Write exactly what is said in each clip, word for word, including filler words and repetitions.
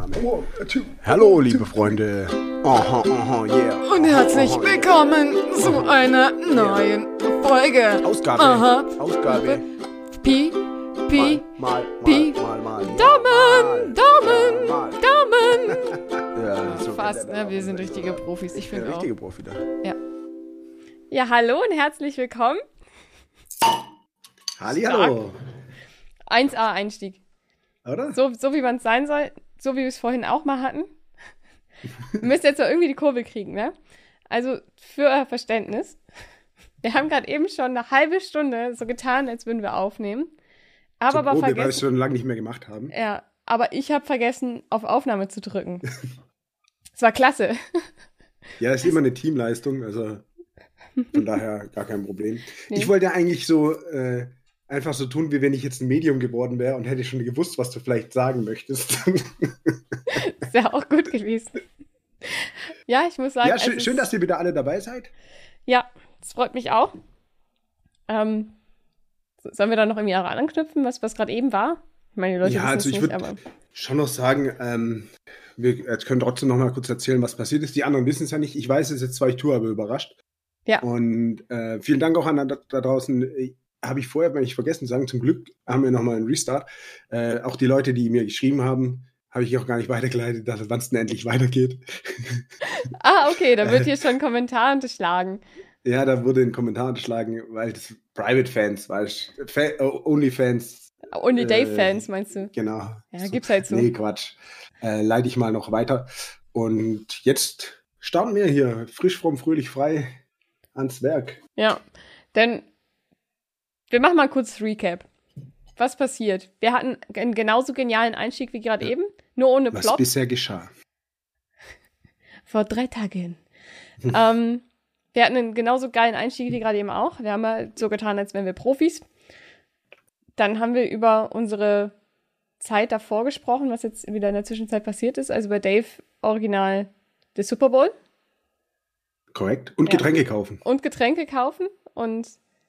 Aufnahme. Hallo, liebe Freunde. Aha, aha, yeah. Und herzlich willkommen zu einer neuen Folge. Ausgabe. Aha. Ausgabe. Pi, Pi, Mal, mal, Pi. mal, mal, mal. Daumen, Daumen, Mal. Daumen. Ja, so Fast, geht der ne? Wir sind Daumen. richtige Profis, ich Der finde auch. richtige Profi da. Ja. Ja, hallo und herzlich willkommen. Hallihallo. eins A Einstieg. Oder? So, so wie man es sein soll, so wie wir es vorhin auch mal hatten. Wir müssen jetzt mal irgendwie die Kurve kriegen, ne? Also für euer Verständnis. Wir haben gerade eben schon eine halbe Stunde so getan, als würden wir aufnehmen. Aber Zur aber Probe, weil wir es vergessen. schon lange nicht mehr gemacht haben. Ja, aber ich habe vergessen, auf Aufnahme zu drücken. Es war klasse. Ja, ist immer eine Teamleistung, also von daher gar kein Problem. Nee. Ich wollte ja eigentlich so äh, einfach so tun, wie wenn ich jetzt ein Medium geworden wäre und hätte schon gewusst, was du vielleicht sagen möchtest. Ist ja auch gut gewesen. Ja, ich muss sagen. Ja, schön, es schön, ist- dass ihr wieder alle dabei seid. Ja, das freut mich auch. Ähm, so- sollen wir da noch irgendwie daran anknüpfen, was, was gerade eben war? Ich meine, die Leute Ja, wissen also es ich nicht, würde aber schon noch sagen, ähm, wir äh, können trotzdem noch mal kurz erzählen, was passiert ist. Die anderen wissen es ja nicht. Ich weiß es jetzt zwar, ich tue aber überrascht. Ja. Und äh, vielen Dank auch an da, da draußen. Äh, Habe ich vorher, wenn ich vergessen zu sagen, zum Glück haben wir nochmal einen Restart. Äh, auch die Leute, die mir geschrieben haben, habe ich auch gar nicht weitergeleitet, dass wann es denn endlich weitergeht. Ah, okay, da wird hier schon ein Kommentar unterschlagen. Ja, da wurde ein Kommentar unterschlagen, weil das Private Fans, weil Fa Only Fans. Only Äh, Dave-Fans, meinst du? Genau. Ja, gibt's halt so. Nee, Quatsch. Äh, leite ich mal noch weiter. Und jetzt starten wir hier frisch, fromm, fröhlich, frei ans Werk. Ja, denn wir machen mal kurz Recap. Was passiert? Wir hatten einen genauso genialen Einstieg wie gerade Ja. eben, nur ohne Was Plot. bisher geschah. Vor drei Tagen. ähm, wir hatten einen genauso geilen Einstieg wie gerade eben auch. Wir haben mal so getan, als wären wir Profis. Dann haben wir über unsere Zeit davor gesprochen, was jetzt wieder in der Zwischenzeit passiert ist. Also bei Dave original der Super Bowl Korrekt. Und Ja. Getränke kaufen. und Getränke kaufen und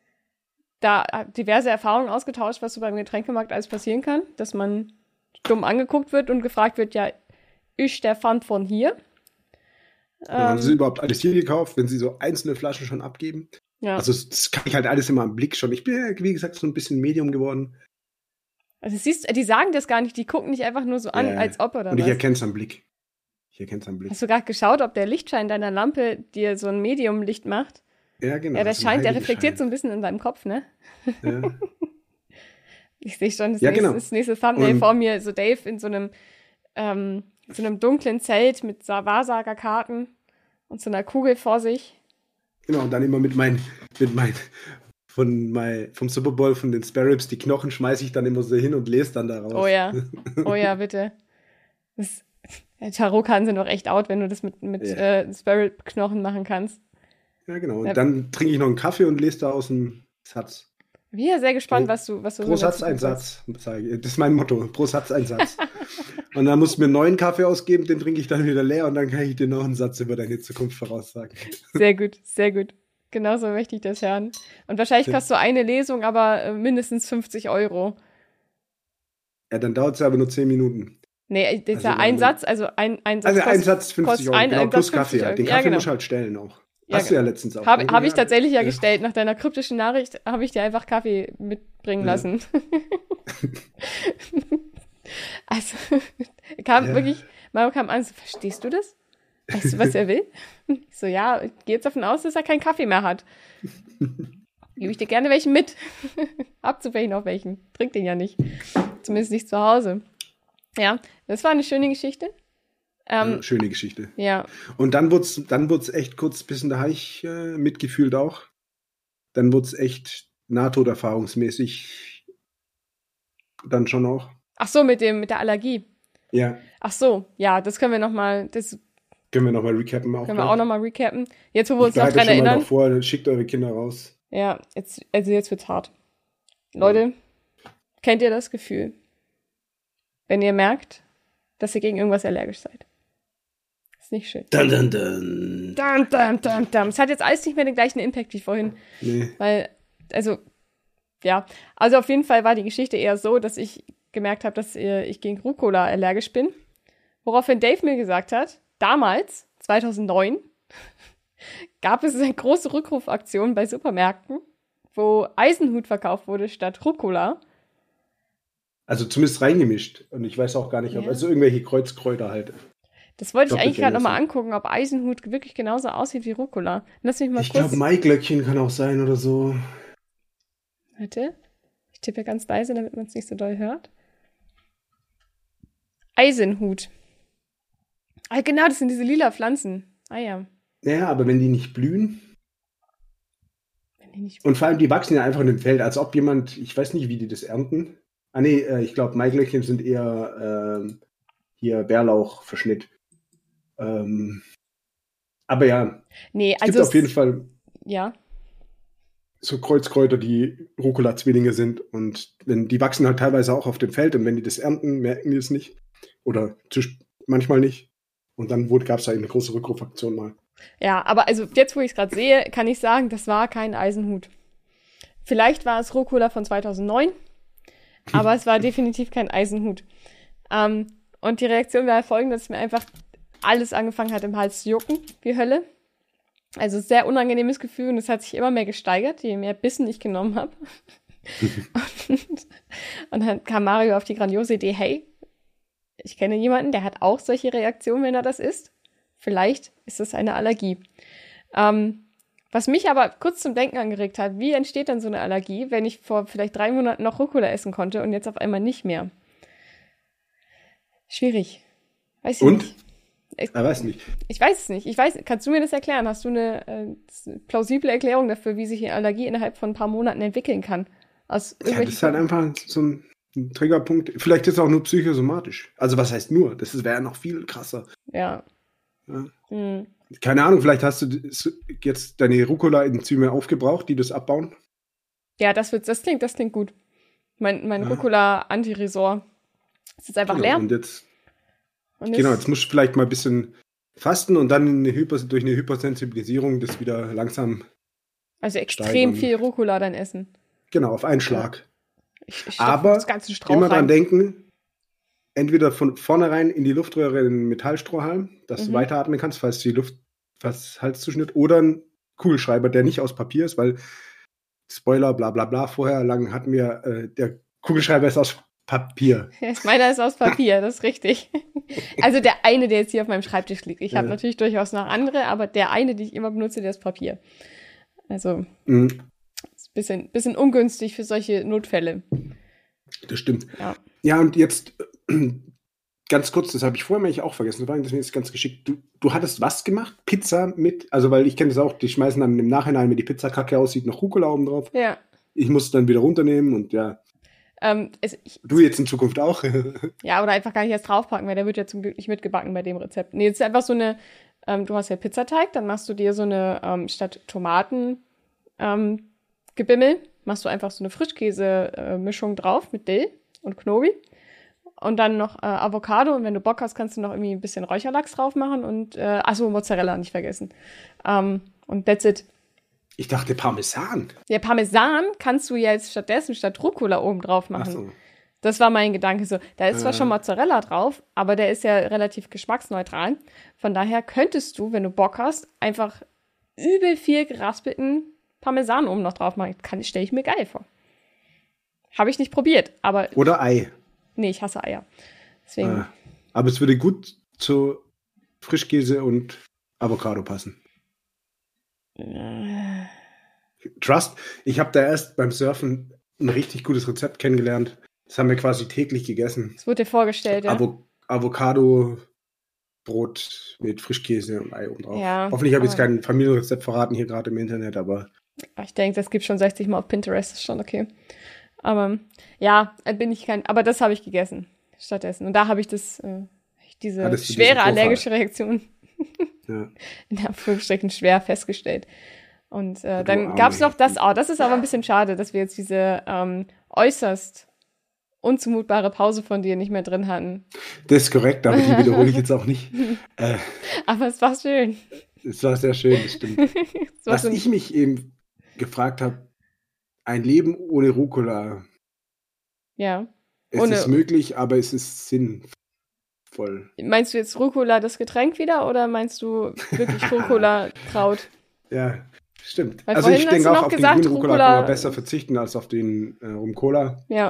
da diverse Erfahrungen ausgetauscht, was so beim Getränkemarkt alles passieren kann, dass man dumm angeguckt wird und gefragt wird, ja, ist der Pfand von hier? Haben Sie Ähm, überhaupt alles hier gekauft, wenn Sie so einzelne Flaschen schon abgeben? ja. Also das kann ich halt alles immer im Blick schon. Ich bin ja, wie gesagt, so ein bisschen Medium geworden. Also siehst, die sagen das gar nicht, die gucken dich einfach nur so an, Ja, ja. als ob oder Und ich was. erkenne es am Blick. Ich erkenne es am Blick. Hast du gerade geschaut, ob der Lichtschein deiner Lampe dir so ein Medium-Licht macht? Ja, genau. Ja, der so ein scheint, der reflektiert so Heiligenschein. ein bisschen in deinem Kopf, ne? Ja. Ich sehe schon das, Ja, nächste, genau. das nächste Thumbnail Und- vor mir, so Dave in so einem, ähm, so einem dunklen Zelt mit Sa- Wahrsagerkarten und so einer Kugel vor sich. Genau, und dann immer mit meinen, mit meinen, von mein, vom Super Bowl, von den Sparrows, die Knochen schmeiße ich dann immer so hin und lese dann daraus. Oh ja, oh ja, bitte. Das, ja, Tarotkarten sind doch echt out, wenn du das mit, mit Ja. äh, Spirit-Knochen machen kannst. Ja, genau. Und Ja. dann trinke ich noch einen Kaffee und lese da aus dem Satz. Ich bin ja sehr gespannt, Okay. was du, was du Pro so Satz dazu ein sagst. Satz, sage ich. Das ist mein Motto. Pro Satz ein Satz. Und dann musst du mir einen neuen Kaffee ausgeben, den trinke ich dann wieder leer und dann kann ich dir noch einen Satz über deine Zukunft voraussagen. Sehr gut, sehr gut. Genauso möchte ich das hören. Und wahrscheinlich Ja. kostet so eine Lesung aber äh, mindestens fünfzig Euro. Ja, dann dauert es aber nur zehn Minuten. Nee, das ist Also ja ein dann- Satz, also ein, ein Satz Also ein kostet- Satz fünfzig kostet Euro, ein- genau, ein plus Satz Kaffee. fünfzig Halt. Den Euro. Kaffee Ja, genau. musst du halt stellen auch. Ja, Hast du ja letztens auch. Habe ne, hab ich gesagt? tatsächlich ja Ja. gestellt. Nach deiner kryptischen Nachricht habe ich dir einfach Kaffee mitbringen Ja. lassen. Also, kam Ja. wirklich, Mario kam an, so, verstehst du das? Weißt du, was er will? Ich so, ja, ich gehe jetzt davon aus, dass er keinen Kaffee mehr hat. Gebe ich dir gerne welchen mit. Abzubrechen auf welchen. Trink den ja nicht. Zumindest nicht zu Hause. Ja, das war eine schöne Geschichte. Ähm, Ja, schöne Geschichte. ja, Und dann wurde es dann wurd's echt kurz ein bisschen, da habe ich äh, mitgefühlt auch. Dann wurde es echt nahtoderfahrungsmäßig dann schon auch. ach so, mit dem, mit der Allergie. Ja, Ach so, ja, das können wir nochmal, das können wir nochmal recappen auch. können wir auch nochmal recappen. Jetzt, wo wir uns ich noch bereite dran schon mal erinnern. noch vor, schickt eure Kinder raus. Ja, jetzt, also jetzt wird's hart. Leute, kennt ihr das Gefühl, wenn ihr merkt, dass ihr gegen irgendwas allergisch seid? Ist nicht schön. Dun, dun, dun. Dum, dum, dum, dum. Es hat jetzt alles nicht mehr den gleichen Impact wie vorhin. Nee. Weil, also, ja. Also auf jeden Fall war die Geschichte eher so, dass ich gemerkt habe, dass äh, ich gegen Rucola allergisch bin. Woraufhin Dave mir gesagt hat, damals, zweitausendneun, gab es eine große Rückrufaktion bei Supermärkten, wo Eisenhut verkauft wurde statt Rucola. Also zumindest reingemischt. Und ich weiß auch gar nicht, Ja. ob also irgendwelche Kreuzkräuter halt. Das wollte ich Doppelt eigentlich gerade gegessen. nochmal angucken, ob Eisenhut wirklich genauso aussieht wie Rucola. Lass mich mal Ich kurz... glaube, Maiglöckchen kann auch sein oder so. Warte, ich tippe ganz leise, damit man es nicht so doll hört. Eisenhut. Ah, genau, das sind diese lila Pflanzen. Ah ja. Ja, aber wenn die nicht blühen. Wenn die nicht... Und vor allem, die wachsen ja einfach in dem Feld, als ob jemand, ich weiß nicht, wie die das ernten. Ah nee, äh, ich glaube, Maiglöckchen sind eher ähm, hier Bärlauchverschnitt. Ähm, aber ja, Nee, es also gibt auf es- jeden Fall Ja. so Kreuzkräuter, die Rucola-Zwillinge sind. Und wenn die wachsen halt teilweise auch auf dem Feld und wenn die das ernten, merken die es nicht. Oder zwisch- manchmal nicht. Und dann gab es halt eine große Rückrufaktion mal. Ja, aber also jetzt, wo ich es gerade sehe, kann ich sagen, das war kein Eisenhut. Vielleicht war es Rucola von zweitausendneun, aber es war definitiv kein Eisenhut. Ähm, und die Reaktion war folgende, dass mir einfach alles angefangen hat im Hals zu jucken, wie Hölle. Also sehr unangenehmes Gefühl und es hat sich immer mehr gesteigert, je mehr Bissen ich genommen habe. und, und dann kam Mario auf die grandiose Idee, hey, ich kenne jemanden, der hat auch solche Reaktionen, wenn er das isst. Vielleicht ist es eine Allergie. Ähm, was mich aber kurz zum Denken angeregt hat, wie entsteht dann so eine Allergie, wenn ich vor vielleicht drei Monaten noch Rucola essen konnte und jetzt auf einmal nicht mehr? Schwierig. Weiß ich Und? nicht. Ich, Er weiß nicht. ich weiß es nicht. Ich weiß, kannst du mir das erklären? Hast du eine äh, plausible Erklärung dafür, wie sich eine Allergie innerhalb von ein paar Monaten entwickeln kann? Aus Ja, das ist halt einfach so ein, ein Triggerpunkt. Vielleicht ist es auch nur psychosomatisch. Also was heißt nur? Das wäre ja noch viel krasser. Ja. Ja. Hm. Keine Ahnung, vielleicht hast du jetzt deine Rucola-Enzyme aufgebraucht, die das abbauen. Ja, das wird, das klingt, das klingt gut. Mein, mein Ja. Rucola-Antiresort ist jetzt einfach Genau, leer. und jetzt, Und genau, ist- jetzt musst du vielleicht mal ein bisschen fasten und dann eine Hyper, durch eine Hypersensibilisierung das wieder langsam, Also extrem steigern. viel Rucola dann essen. genau, auf einen Schlag. Ich, ich Aber das ganze Strauch Immer dran rein. denken, entweder von vornherein in die Luftröhre einen Metallstrohhalm, dass Mhm. du weiteratmen kannst, falls die Luft, falls Halszuschnitt, oder ein Kugelschreiber, der nicht aus Papier ist, weil Spoiler, bla bla bla, vorher lang hatten wir, äh, der Kugelschreiber ist aus Papier. Meiner ist aus Papier, das ist richtig. Also der eine, der jetzt hier auf meinem Schreibtisch liegt. Ich habe Ja. natürlich durchaus noch andere, aber der eine, den ich immer benutze, der ist Papier. Also Mhm, ist ein bisschen, bisschen ungünstig für solche Notfälle. das stimmt. Ja. Ja, und jetzt äh, ganz kurz, das habe ich vorher nämlich auch vergessen, das war deswegen ist ganz geschickt. Du, du hattest was gemacht? Pizza mit, also weil ich kenne das auch, die schmeißen dann im Nachhinein, wenn die Pizza kacke aussieht, noch Rucola oben drauf. Ja. Ich muss es dann wieder runternehmen und ja, Ähm, es, ich, du jetzt in Zukunft auch. ja, oder einfach gar nicht erst draufpacken, weil der wird ja zum Glück nicht mitgebacken bei dem Rezept. Nee, es ist einfach so eine, ähm, du hast ja Pizzateig, dann machst du dir so eine, ähm, statt Tomaten ähm, Gebimmel, machst du einfach so eine Frischkäse-Mischung drauf mit Dill und Knobi. Und dann noch äh, Avocado. Und wenn du Bock hast, kannst du noch irgendwie ein bisschen Räucherlachs drauf machen. Und, äh, achso, Mozzarella nicht vergessen. Ähm, und that's it. Ich dachte Parmesan. Der Parmesan kannst du ja jetzt stattdessen statt Rucola oben drauf machen. Ach so. Das war mein Gedanke so. Da ist zwar Äh. schon Mozzarella drauf, aber der ist ja relativ geschmacksneutral. Von daher könntest du, wenn du Bock hast, einfach übel viel geraspelten Parmesan oben noch drauf machen. Kann, stelle ich mir geil vor. Habe ich nicht probiert, aber Oder Ei. nee, ich hasse Eier. Deswegen, Äh, aber es würde gut zu Frischkäse und Avocado passen. äh, Trust, ich habe da erst beim Surfen ein richtig gutes Rezept kennengelernt. Das haben wir quasi täglich gegessen. es wurde dir vorgestellt, ja. Avo Avocado, Brot mit Frischkäse und Ei oben drauf. Ja, Hoffentlich habe ich jetzt aber- kein Familienrezept verraten hier gerade im Internet, aber Ich denke, das gibt schon sechzig Mal auf Pinterest, ist schon okay. Aber ja, bin ich kein, aber das habe ich gegessen stattdessen. Und da habe ich das, äh, diese Hattest du diesen schwere Vorfall? allergische Reaktion ja. in Anführungsstrichen schwer festgestellt. Und äh, Du dann Arme. gab es noch das, oh, das ist aber ein bisschen schade, dass wir jetzt diese ähm, äußerst unzumutbare Pause von dir nicht mehr drin hatten. Das ist korrekt, aber die wiederhole ich jetzt auch nicht. Äh, Aber es war schön. es war sehr schön, das stimmt. Es war Was so ein- ich mich eben gefragt habe, ein Leben ohne Rucola, ja. es Ohne- ist möglich, aber es ist sinnvoll. voll. Meinst du jetzt Rucola, das Getränk wieder, oder meinst du wirklich Rucola-Kraut? Ja, stimmt. Weil also ich vorhin denke hast du auch, noch auf den gesagt, grünen Rucola, Rucola- kann man besser verzichten als auf den äh, Rum-Cola. Ja.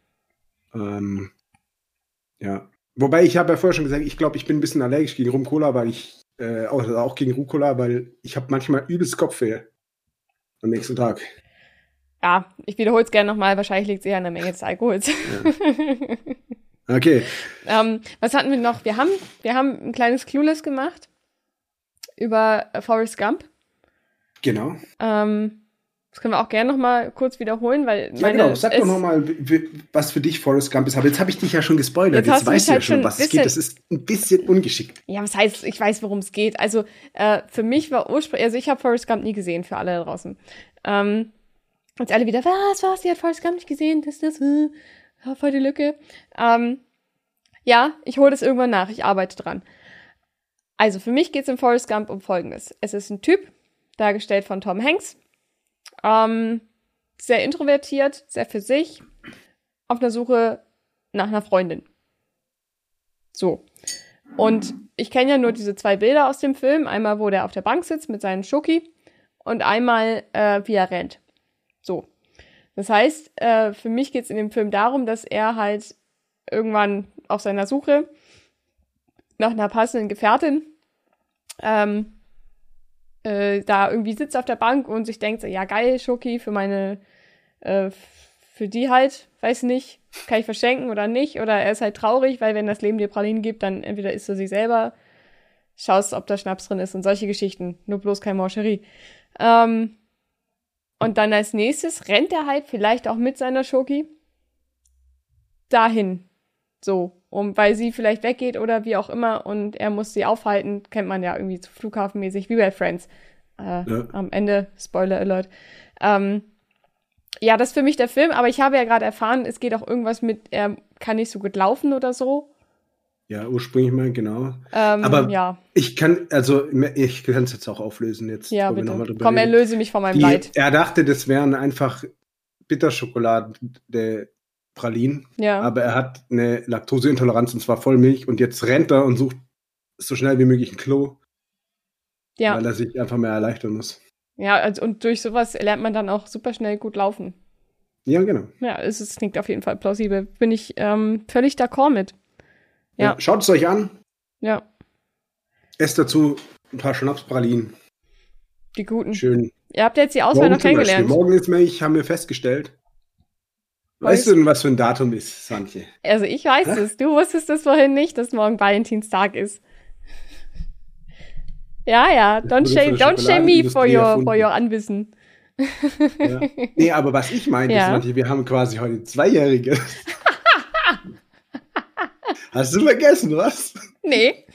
Ähm, ja. Wobei, ich habe ja vorher schon gesagt, ich glaube, ich bin ein bisschen allergisch gegen Rum-Cola, weil ich, äh, auch, also auch gegen Rucola, weil ich habe manchmal übelst Kopfweh am nächsten Tag. Ja, ich wiederhole es gerne nochmal, wahrscheinlich liegt es eher an der Menge des Alkohols. Ja. Okay. ähm, was hatten wir noch? Wir haben, wir haben ein kleines Clueless gemacht über äh, Forrest Gump. Genau. Ähm, das können wir auch gerne nochmal kurz wiederholen, weil Ja, meine, genau. Sag es, doch nochmal, was für dich Forrest Gump ist. Aber jetzt habe ich dich ja schon gespoilert. Jetzt Jetzt, hast du mich weißt du ja halt schon, schon was es bisschen- geht. Das ist ein bisschen ungeschickt. Ja, was heißt, ich weiß, worum es geht. Also, äh, für mich war ursprünglich, also ich habe Forrest Gump nie gesehen, für alle da draußen. Ähm, und alle wieder, was, was, die hat Forrest Gump nicht gesehen, das, das, äh, voll die Lücke. Ähm, ja, ich hole das irgendwann nach, ich arbeite dran. Also, für mich geht es in Forrest Gump um Folgendes. Es ist ein Typ, dargestellt von Tom Hanks, ähm, sehr introvertiert, sehr für sich, auf der Suche nach einer Freundin. So. Und ich kenne ja nur diese zwei Bilder aus dem Film. Einmal, wo der auf der Bank sitzt mit seinen Schoki und einmal, äh, wie er rennt. So. Das heißt, äh, für mich geht es in dem Film darum, dass er halt irgendwann auf seiner Suche nach einer passenden Gefährtin ähm, äh, da irgendwie sitzt auf der Bank und sich denkt, so, ja geil, Schoki für meine, äh, für die halt, weiß nicht, kann ich verschenken oder nicht. Oder er ist halt traurig, weil wenn das Leben dir Pralinen gibt, dann entweder isst du sie selber, schaust, ob da Schnaps drin ist und solche Geschichten. Nur bloß kein Mancherie. Ähm, und dann als nächstes rennt er halt vielleicht auch mit seiner Schoki dahin. So, um, weil sie vielleicht weggeht oder wie auch immer und er muss sie aufhalten, kennt man ja irgendwie so flughafenmäßig, wie bei Friends. Äh, Ja. Am Ende, Spoiler Alert. Ähm, ja, das ist für mich der Film, aber ich habe ja gerade erfahren, es geht auch irgendwas mit, er kann nicht so gut laufen oder so. Ja, ursprünglich mal, genau. Ähm, Aber ja, ich kann, also ich kann es jetzt auch auflösen jetzt. ja, wo wir noch mal bitte. drüber Komm, reden. erlöse mich von meinem Die, Leid. er dachte, das wären einfach Bitterschokoladen, der Pralinen. Ja, Aber er hat eine Laktoseintoleranz und zwar Vollmilch und jetzt rennt er und sucht so schnell wie möglich ein Klo, ja, weil er sich einfach mehr erleichtern muss. ja, also, und durch sowas lernt man dann auch super schnell gut laufen. Ja, genau. Ja, es, es klingt auf jeden Fall plausibel. Bin ich ähm, völlig d'accord mit. Ja. Ja. Schaut es euch an. Ja, Esst dazu ein paar Schnapspralinen. die guten. Schön. Ihr habt ja jetzt die Auswahl noch zum Beispiel. kennengelernt. Morgen ist Milch, haben wir festgestellt. Weißt Weiß- du denn, was für ein Datum ist, Santje? Also ich weiß Hä? es. Du wusstest es vorhin nicht, dass morgen Valentinstag ist. Ja, ja. Don't wurde shame, von der don't shame me for Schokoladenindustrie your, erfunden. for your Unwissen. Ja. Nee, aber was ich meine, Ja. ist, Santje, wir haben quasi heute Zweijährige. Hast du vergessen, was? Nee.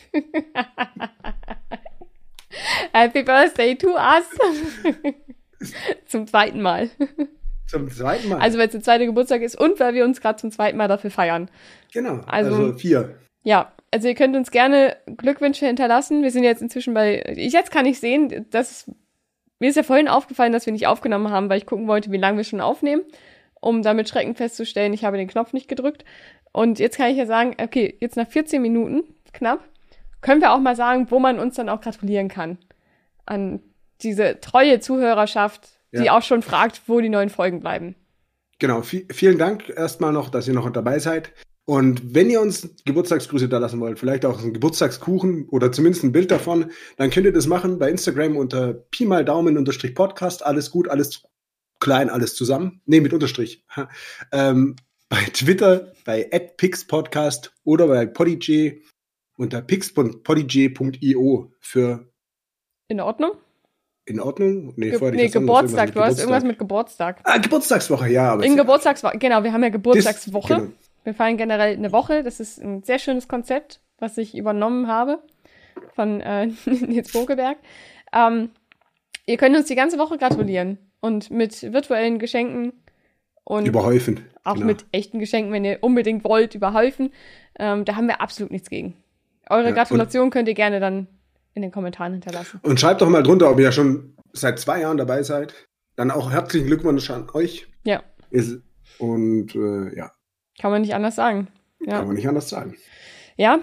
Happy Birthday to us. Zum zweiten Mal. Zum zweiten Mal. Also weil es der zweite Geburtstag ist und weil wir uns gerade zum zweiten Mal dafür feiern. genau, also- also, vier. Ja, also ihr könnt uns gerne Glückwünsche hinterlassen. Wir sind jetzt inzwischen bei, ich jetzt kann ich sehen, dass mir ist ja vorhin aufgefallen, dass wir nicht aufgenommen haben, weil ich gucken wollte, wie lange wir schon aufnehmen, um damit Schrecken festzustellen, ich habe den Knopf nicht gedrückt. Und jetzt kann ich ja sagen, okay, jetzt nach vierzehn Minuten, knapp, können wir auch mal sagen, wo man uns dann auch gratulieren kann. An diese treue Zuhörerschaft, die Ja. auch schon fragt, wo die neuen Folgen bleiben. Genau, vi- vielen Dank erstmal noch, dass ihr noch dabei seid. Und wenn ihr uns Geburtstagsgrüße da lassen wollt, vielleicht auch einen Geburtstagskuchen oder zumindest ein Bild davon, dann könnt ihr das machen bei Instagram unter Pi mal Daumen unterstrich Podcast. Alles gut, alles klein, alles zusammen. Nee, mit Unterstrich. Ha. Ähm, bei Twitter, bei at pixpodcast oder bei Podigy unter pix punkt podigy punkt io für In Ordnung? in Ordnung? Nee, Ge vorher nee, nicht, das Geburtstag. irgendwas mit Du hast irgendwas Geburtstag. mit Geburtstag. Ah, Geburtstagswoche, ja. Aber In es- Geburtstagswoche, genau, wir haben ja Geburtstagswoche. Das- genau. Wir feiern generell eine Woche. Das ist ein sehr schönes Konzept, was ich übernommen habe von äh, Nils Bogelberg. Ähm, ihr könnt uns die ganze Woche gratulieren und mit virtuellen Geschenken und Überhäufen. auch genau. mit echten Geschenken, wenn ihr unbedingt wollt, überhäufen. Ähm, da haben wir absolut nichts gegen. Eure Ja, Gratulation könnt ihr gerne dann in den Kommentaren hinterlassen. Und schreibt doch mal drunter, ob ihr ja schon seit zwei Jahren dabei seid. Dann auch herzlichen Glückwunsch an euch. Ja, Ist, und äh, ja, kann man nicht anders sagen. Ja. kann man nicht anders sagen. Ja,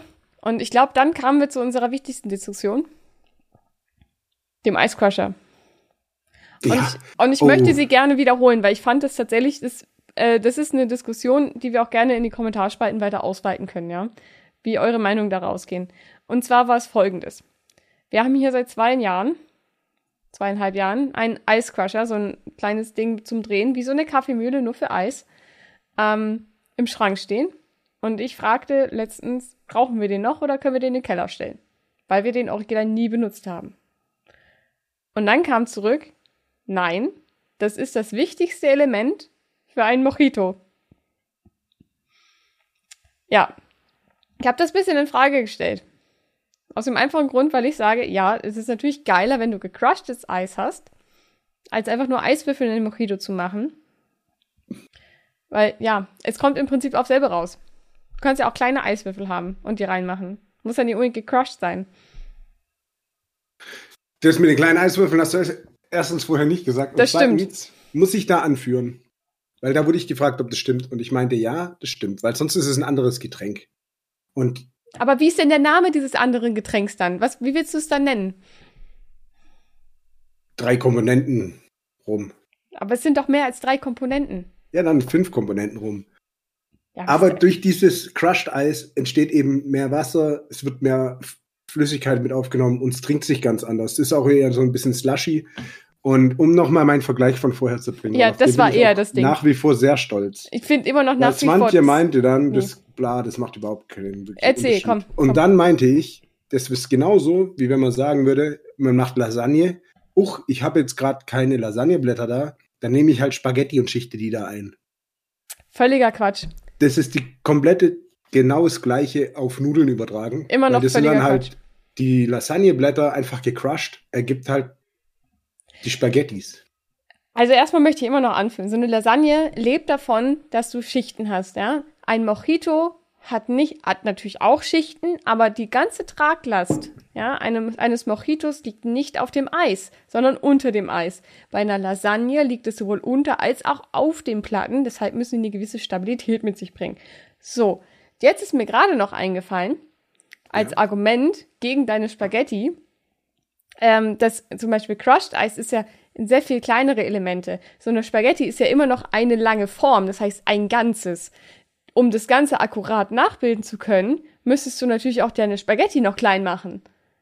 Und ich glaube, dann kamen wir zu unserer wichtigsten Diskussion, dem Ice Crusher. Und Ja. ich, und ich Oh. möchte sie gerne wiederholen, weil ich fand das tatsächlich, das, äh, das ist eine Diskussion, die wir auch gerne in die Kommentarspalten weiter ausweiten können, ja. Wie eure Meinungen da rausgehen. Und zwar war es folgendes. Wir haben hier seit zwei Jahren, zweieinhalb Jahren, einen Ice Crusher, so ein kleines Ding zum Drehen, wie so eine Kaffeemühle, nur für Eis, ähm, im Schrank stehen. Und ich fragte letztens, brauchen wir den noch oder können wir den in den Keller stellen? Weil wir den original nie benutzt haben. Und dann kam zurück, nein, das ist das wichtigste Element für einen Mojito. Ja, ich habe das ein bisschen in Frage gestellt. Aus dem einfachen Grund, weil ich sage, ja, es ist natürlich geiler, wenn du gecrushtes Eis hast, als einfach nur Eiswürfel in den Mojito zu machen. Weil, ja, es kommt im Prinzip auf selber raus. Du kannst ja auch kleine Eiswürfel haben und die reinmachen. Muss ja nicht unbedingt gecrushed sein. Das mit den kleinen Eiswürfeln hast du erstens vorher nicht gesagt. Und Das stimmt. zweitens muss ich da anführen. Weil da wurde ich gefragt, ob das stimmt. Und ich meinte, ja, das stimmt. Weil sonst ist es ein anderes Getränk. Und Aber wie ist denn der Name dieses anderen Getränks dann? Was, wie willst du es dann nennen? drei Komponenten rum. Aber es sind doch mehr als drei Komponenten. Ja, dann fünf Komponenten rum. Ja, was- Aber durch dieses Crushed Eis entsteht eben mehr Wasser, es wird mehr F- Flüssigkeit mit aufgenommen und es trinkt sich ganz anders. Es ist auch eher so ein bisschen slushy. Und um nochmal meinen Vergleich von vorher zu bringen. Ja, auf das den war bin ich eher auch das Ding. Nach wie vor sehr stolz. Ich finde immer noch Weil nach wie vor... Swantje das- meinte dann, Nee. das bla, das macht überhaupt keinen wirklichen Erzähl, Unterschied. komm, Und komm. dann meinte ich, das ist genauso, wie wenn man sagen würde, man macht Lasagne. Uch, ich habe jetzt gerade keine Lasagneblätter da, dann nehme ich halt Spaghetti und schichte die da ein. Völliger Quatsch. Das ist die komplette, genau das Gleiche auf Nudeln übertragen. Immer noch Weil das sind völliger dann halt Quatsch. die Lasagneblätter einfach gecrushed, ergibt halt die Spaghettis. Also erstmal möchte ich immer noch anführen. So eine Lasagne lebt davon, dass du Schichten hast, ja. Ein Mojito hat nicht, hat natürlich auch Schichten, aber die ganze Traglast, ja, einem, eines Mojitos liegt nicht auf dem Eis, sondern unter dem Eis. Bei einer Lasagne liegt es sowohl unter als auch auf den Platten, deshalb müssen sie eine gewisse Stabilität mit sich bringen. So, jetzt ist mir gerade noch eingefallen, als Ja. Argument gegen deine Spaghetti, ähm, das zum Beispiel Crushed Eis ist ja sehr viel kleinere Elemente. So eine Spaghetti ist ja immer noch eine lange Form, das heißt ein Ganzes. Um das Ganze akkurat nachbilden zu können, müsstest du natürlich auch deine Spaghetti noch klein machen.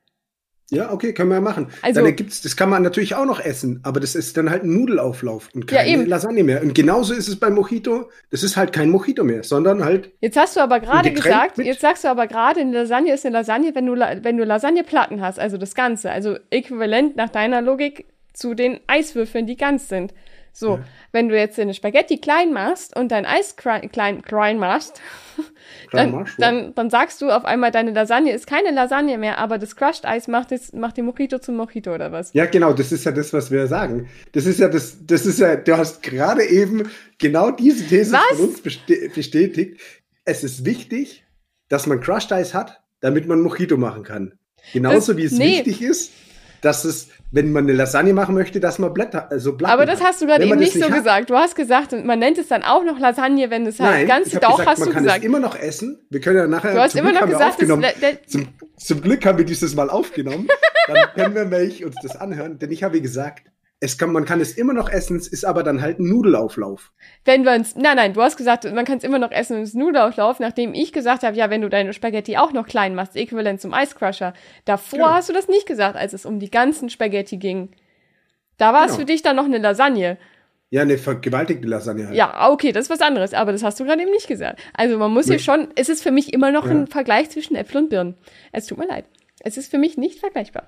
Ja, okay, können wir ja machen. Also- dann gibt's, das kann man natürlich auch noch essen, aber das ist dann halt ein Nudelauflauf und Ja, keine eben. Lasagne mehr. Und genauso ist es beim Mojito. Das ist halt kein Mojito mehr, sondern halt, Jetzt hast du aber gerade Getränk gesagt, mit- jetzt sagst du aber gerade, eine Lasagne ist eine Lasagne, wenn du, La- wenn du Lasagneplatten hast, also das Ganze, also äquivalent nach deiner Logik zu den Eiswürfeln, die ganz sind. So, Ja. wenn du jetzt eine Spaghetti klein machst und dein Eis klein, klein, klein machst, dann, Machst, ja. dann, dann sagst du auf einmal, deine Lasagne ist keine Lasagne mehr, aber das Crushed Eis macht, das, macht den Mojito zum Mojito oder was? Ja, genau, das ist ja das, was wir sagen. Das ist ja das, das ist ja, du hast gerade eben genau diese These Was? von uns besti- bestätigt. Es ist wichtig, dass man Crushed Eis hat, damit man Mojito machen kann. Genauso Das- wie es nee. wichtig ist, dass es, wenn man eine Lasagne machen möchte, dass man Blätter, also Platten Aber das hat. hast du gerade Wenn eben man das nicht so hat- gesagt. Du hast gesagt, man nennt es dann auch noch Lasagne, wenn es halt Nein, ganz, ich hab doch gesagt, hast man du kann gesagt. es immer noch essen. Wir können ja nachher. Du hast zum immer Glück noch haben wir gesagt, das, aufgenommen. der, der, Zum, zum Glück haben wir dieses Mal aufgenommen. Dann können wir nämlich uns das anhören, denn ich habe gesagt, es kann, man kann es immer noch essen, es ist aber dann halt ein Nudelauflauf. wenn wir uns, nein, nein, du hast gesagt, man kann es immer noch essen und es ist Nudelauflauf, nachdem ich gesagt habe, ja, wenn du deine Spaghetti auch noch klein machst, äquivalent zum Ice Crusher. Davor Genau. hast du das nicht gesagt, als es um die ganzen Spaghetti ging. Da war es Genau. für dich dann noch eine Lasagne. Ja, eine vergewaltigte Lasagne halt. Ja, okay, das ist was anderes, aber das hast du gerade eben nicht gesagt. Also man muss hier Nee. schon, es ist für mich immer noch Ja. ein Vergleich zwischen Äpfel und Birnen. Es tut mir leid. Es ist für mich nicht vergleichbar.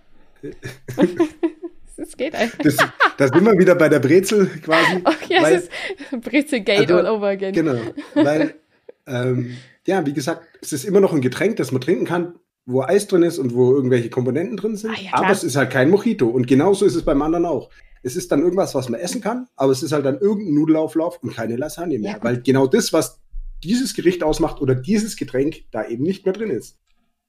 Es geht einfach. Das, da sind wir wieder bei der Brezel quasi. Okay, weil, es ist Brezelgate Also, all over again. Genau, weil, ähm, ja, wie gesagt, es ist immer noch ein Getränk, das man trinken kann, wo Eis drin ist und wo irgendwelche Komponenten drin sind. Ah, ja, klar. Aber es ist halt kein Mojito. Und genauso ist es beim anderen auch. Es ist dann irgendwas, was man essen kann, aber es ist halt dann irgendein Nudelauflauf und keine Lasagne mehr. Ja, gut. weil genau das, was dieses Gericht ausmacht oder dieses Getränk, da eben nicht mehr drin ist.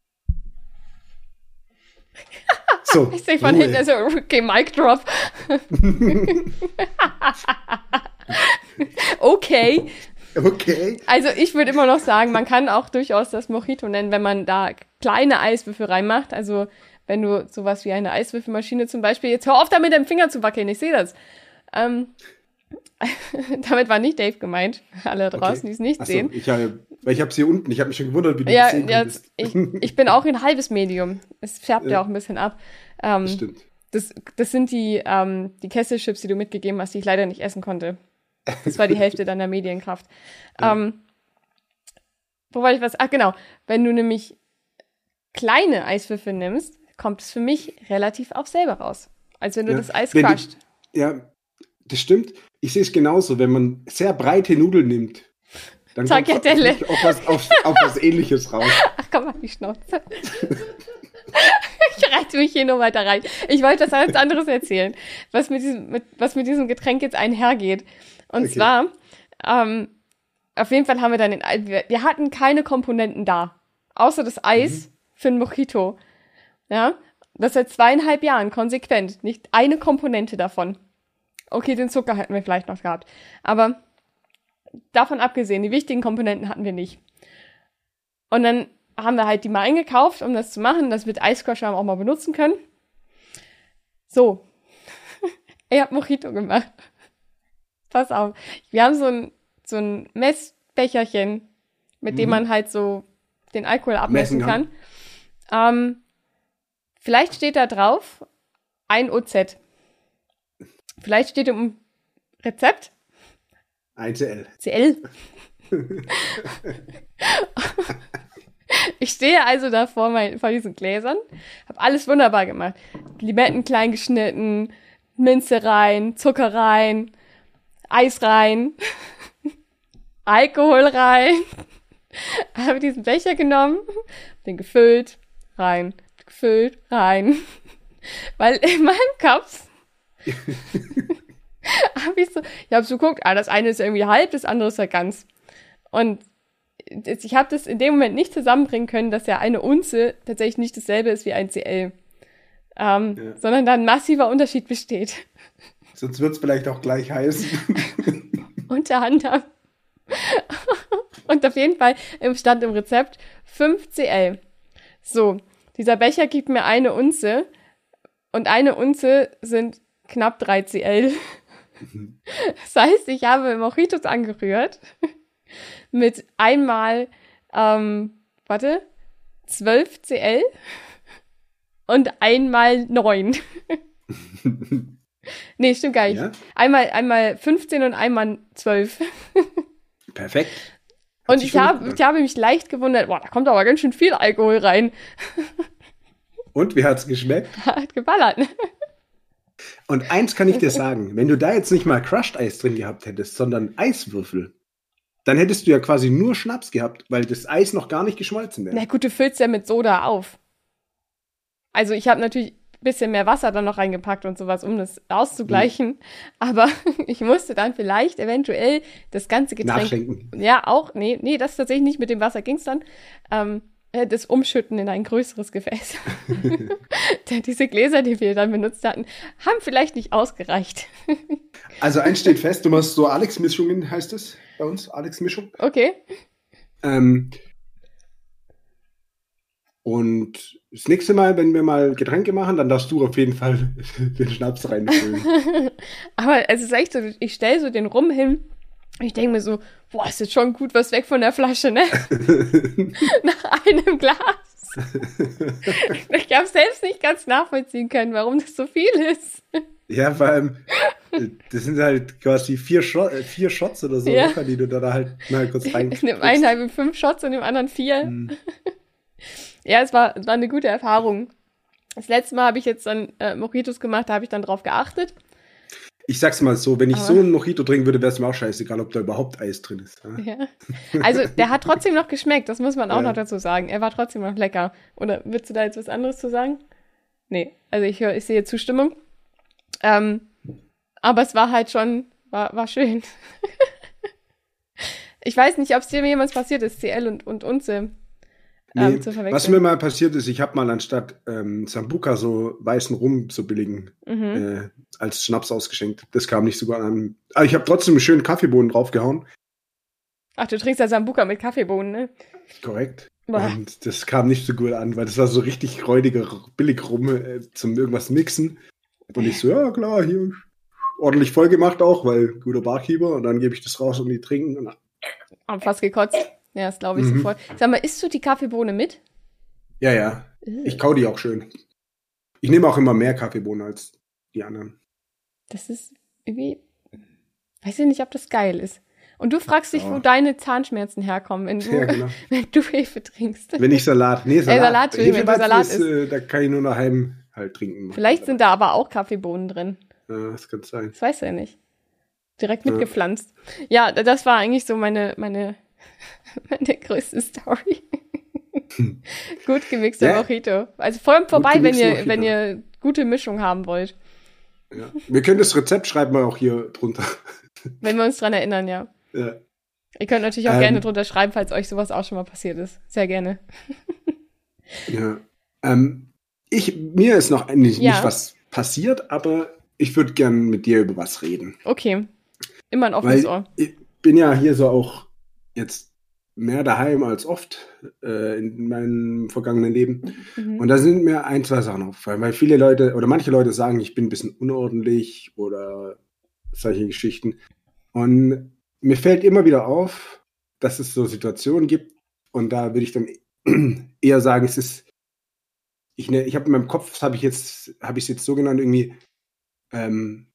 So, Ich sehe von Ruhe. hinten, also, okay, Mic Drop. Okay. Okay. Also ich würde immer noch sagen, man kann auch durchaus das Mojito nennen, wenn man da kleine Eiswürfel reinmacht. Also wenn du sowas wie eine Eiswürfelmaschine zum Beispiel, jetzt hör auf, da mit dem Finger zu wackeln, ich sehe das. Ähm, damit war nicht Dave gemeint. Alle draußen, okay. Die es nicht Ach so, sehen. Ich habe ich es hier unten, ich habe mich schon gewundert, wie du ja, das sehen ja, konntest. Ich, ich bin auch ein halbes Medium. Es färbt ja, ja auch ein bisschen ab. Ähm, das stimmt. Das, das sind die, ähm, die Kesselchips, die du mitgegeben hast, die ich leider nicht essen konnte. Das war die Hälfte deiner Medienkraft. Ja. Ähm, wo wollte ich was? Ach genau, wenn du nämlich kleine Eiswürfel nimmst, kommt es für mich relativ auch selber raus. Als wenn du ja. das Eis wenn crusht. Die, ja, das stimmt. Ich sehe es genauso. Wenn man sehr breite Nudeln nimmt, dann kommt auch was, auf, auf was Ähnliches raus. Ach komm mal, die Schnauze. Ich reite mich hier nur weiter rein. Ich wollte was ganz anderes erzählen, was mit diesem, mit, was mit diesem Getränk jetzt einhergeht. Und okay. zwar, ähm, auf jeden Fall haben wir dann den, wir, wir hatten keine Komponenten da, außer das Eis mhm. für ein Mojito. Ja, das seit zweieinhalb Jahren konsequent, nicht eine Komponente davon. Okay, den Zucker hätten wir vielleicht noch gehabt, aber davon abgesehen, die wichtigen Komponenten hatten wir nicht. Und dann haben wir halt die mal eingekauft, um das zu machen, dass wir das Eiscrusher auch mal benutzen können. So. Ich hab Mojito gemacht. Pass auf. Wir haben so ein, so ein Messbecherchen, mit mhm. dem man halt so den Alkohol abmessen kann. Ähm, vielleicht steht da drauf ein O Z. Vielleicht steht im Rezept ein C L. C L. Ich stehe also da vor, mein, vor diesen Gläsern, habe alles wunderbar gemacht. Limetten klein geschnitten, Minze rein, Zucker rein, Eis rein, Alkohol rein. Habe diesen Becher genommen, den gefüllt, rein, gefüllt, rein. Weil in meinem Kopf habe ich so, ich habe so geguckt, ah, das eine ist irgendwie halb, das andere ist ja ganz. Und ich habe das in dem Moment nicht zusammenbringen können, dass ja eine Unze tatsächlich nicht dasselbe ist wie ein C L. Ähm, ja. Sondern da ein massiver Unterschied besteht. Sonst wird es vielleicht auch gleich heißen. Unter anderem. Und auf jeden Fall stand im Rezept fünf C L. So, dieser Becher gibt mir eine Unze und eine Unze sind knapp drei C L. Das heißt, ich habe Mojitos angerührt mit einmal, ähm, warte, zwölf C L und einmal neun. Nee, stimmt gar nicht. Ja? Einmal, einmal fünfzehn und einmal zwölf. Perfekt. Hat und ich habe, ich habe mich leicht gewundert, boah, da kommt aber ganz schön viel Alkohol rein. Und, wie hat's geschmeckt? Hat geballert. Und eins kann ich dir sagen, wenn du da jetzt nicht mal Crushed Eis drin gehabt hättest, sondern Eiswürfel, dann hättest du ja quasi nur Schnaps gehabt, weil das Eis noch gar nicht geschmolzen wäre. Na gut, du füllst ja mit Soda auf. Also ich habe natürlich ein bisschen mehr Wasser dann noch reingepackt und sowas, um das auszugleichen. Mhm. Aber ich musste dann vielleicht eventuell das ganze Getränk... Nachschenken. Ja, auch. Nee, nee, das tatsächlich nicht. Mit dem Wasser ging's dann. Ähm, das Umschütten in ein größeres Gefäß. Diese Gläser, die wir dann benutzt hatten, haben vielleicht nicht ausgereicht. Also eins steht fest, du machst so Alex-Mischungen, heißt es bei uns, Alex-Mischung. Okay. Ähm, und das nächste Mal, wenn wir mal Getränke machen, dann darfst du auf jeden Fall den Schnaps reinfüllen. Aber es ist echt so, ich stelle so den Rum hin. Ich denke mir so, boah, ist jetzt schon gut was weg von der Flasche, ne? Nach einem Glas. Ich habe selbst nicht ganz nachvollziehen können, warum das so viel ist. Ja, vor allem, das sind halt quasi vier, Shot, vier Shots oder so, ja. Die du da halt mal kurz rein. Ich nehme einen halben fünf Shots und dem anderen vier. Hm. Ja, es war, es war eine gute Erfahrung. Das letzte Mal habe ich jetzt dann äh, Mojitos gemacht, da habe ich dann drauf geachtet. Ich sag's mal so, wenn ich Aber so einen Mojito trinken würde, wäre es mir auch scheißegal, ob da überhaupt Eis drin ist. Ja. Also, der hat trotzdem noch geschmeckt, das muss man auch ja. noch dazu sagen. Er war trotzdem noch lecker. Oder willst du da jetzt was anderes zu sagen? Nee, also ich höre, ich sehe Zustimmung. Ähm, aber es war halt schon, war, war schön. Ich weiß nicht, ob es dir jemals passiert ist, C L und, und Unze. Ähm, nee, zu verwechseln. Was mir mal passiert ist, ich habe mal anstatt ähm, Sambuca so weißen Rum, so billigen, mhm. äh, als Schnaps ausgeschenkt. Das kam nicht so gut an. Aber ich habe trotzdem einen schönen Kaffeebohnen draufgehauen. Ach, du trinkst ja Sambuca mit Kaffeebohnen, ne? Korrekt. Boah. Und das kam nicht so gut an, weil das war so richtig räudiger Billigrum äh, zum irgendwas mixen. Und ich so, ja klar, hier ordentlich voll gemacht auch, weil guter Barkeeper. Und dann gebe ich das raus und die trinken. Und Hab fast gekotzt. Ja, das glaube ich Mhm. sofort. Sag mal, isst du die Kaffeebohne mit? ja, ja, ich kau die auch schön. Ich nehme auch immer mehr Kaffeebohnen als die anderen. Das ist irgendwie, weiß ich nicht, ob das geil ist. Und du fragst dich, Ja. wo deine Zahnschmerzen herkommen, wenn du, Ja, genau. wenn du Hefe trinkst. Wenn ich Salat, nee, Salat, Salat, Entschuldigung, wenn du Hefeweizen Salat ist, äh, da kann ich nur daheim halt trinken. Vielleicht sind da aber auch Kaffeebohnen drin. Ja, das kann sein. Das weißt du ja nicht. Direkt Ja. mitgepflanzt. Ja, das war eigentlich so meine, meine, meine größte Story. Gut gemixter Ja. Mojito. Also vor allem vorbei, wenn gemixter ihr, Mojito. wenn ihr gute Mischung haben wollt. Ja. Wir können das Rezept schreiben wir auch hier drunter. Wenn wir uns dran erinnern, ja. Ja. Ihr könnt natürlich auch Ähm. gerne drunter schreiben, falls euch sowas auch schon mal passiert ist. Sehr gerne. Ja. Ähm, ich, mir ist noch nicht, Ja. nicht was passiert, aber ich würde gern mit dir über was reden. Okay. Immer ein offenes Weil Ohr. ich bin ja hier so auch jetzt mehr daheim als oft äh, in meinem vergangenen Leben. Mhm. Und da sind mir ein, zwei Sachen aufgefallen, weil viele Leute oder manche Leute sagen, ich bin ein bisschen unordentlich oder solche Geschichten. Und mir fällt immer wieder auf, dass es so Situationen gibt und da würde ich dann eher sagen, es ist, ich, ne, ich habe in meinem Kopf, das habe ich jetzt, habe ich es jetzt so genannt, irgendwie ähm,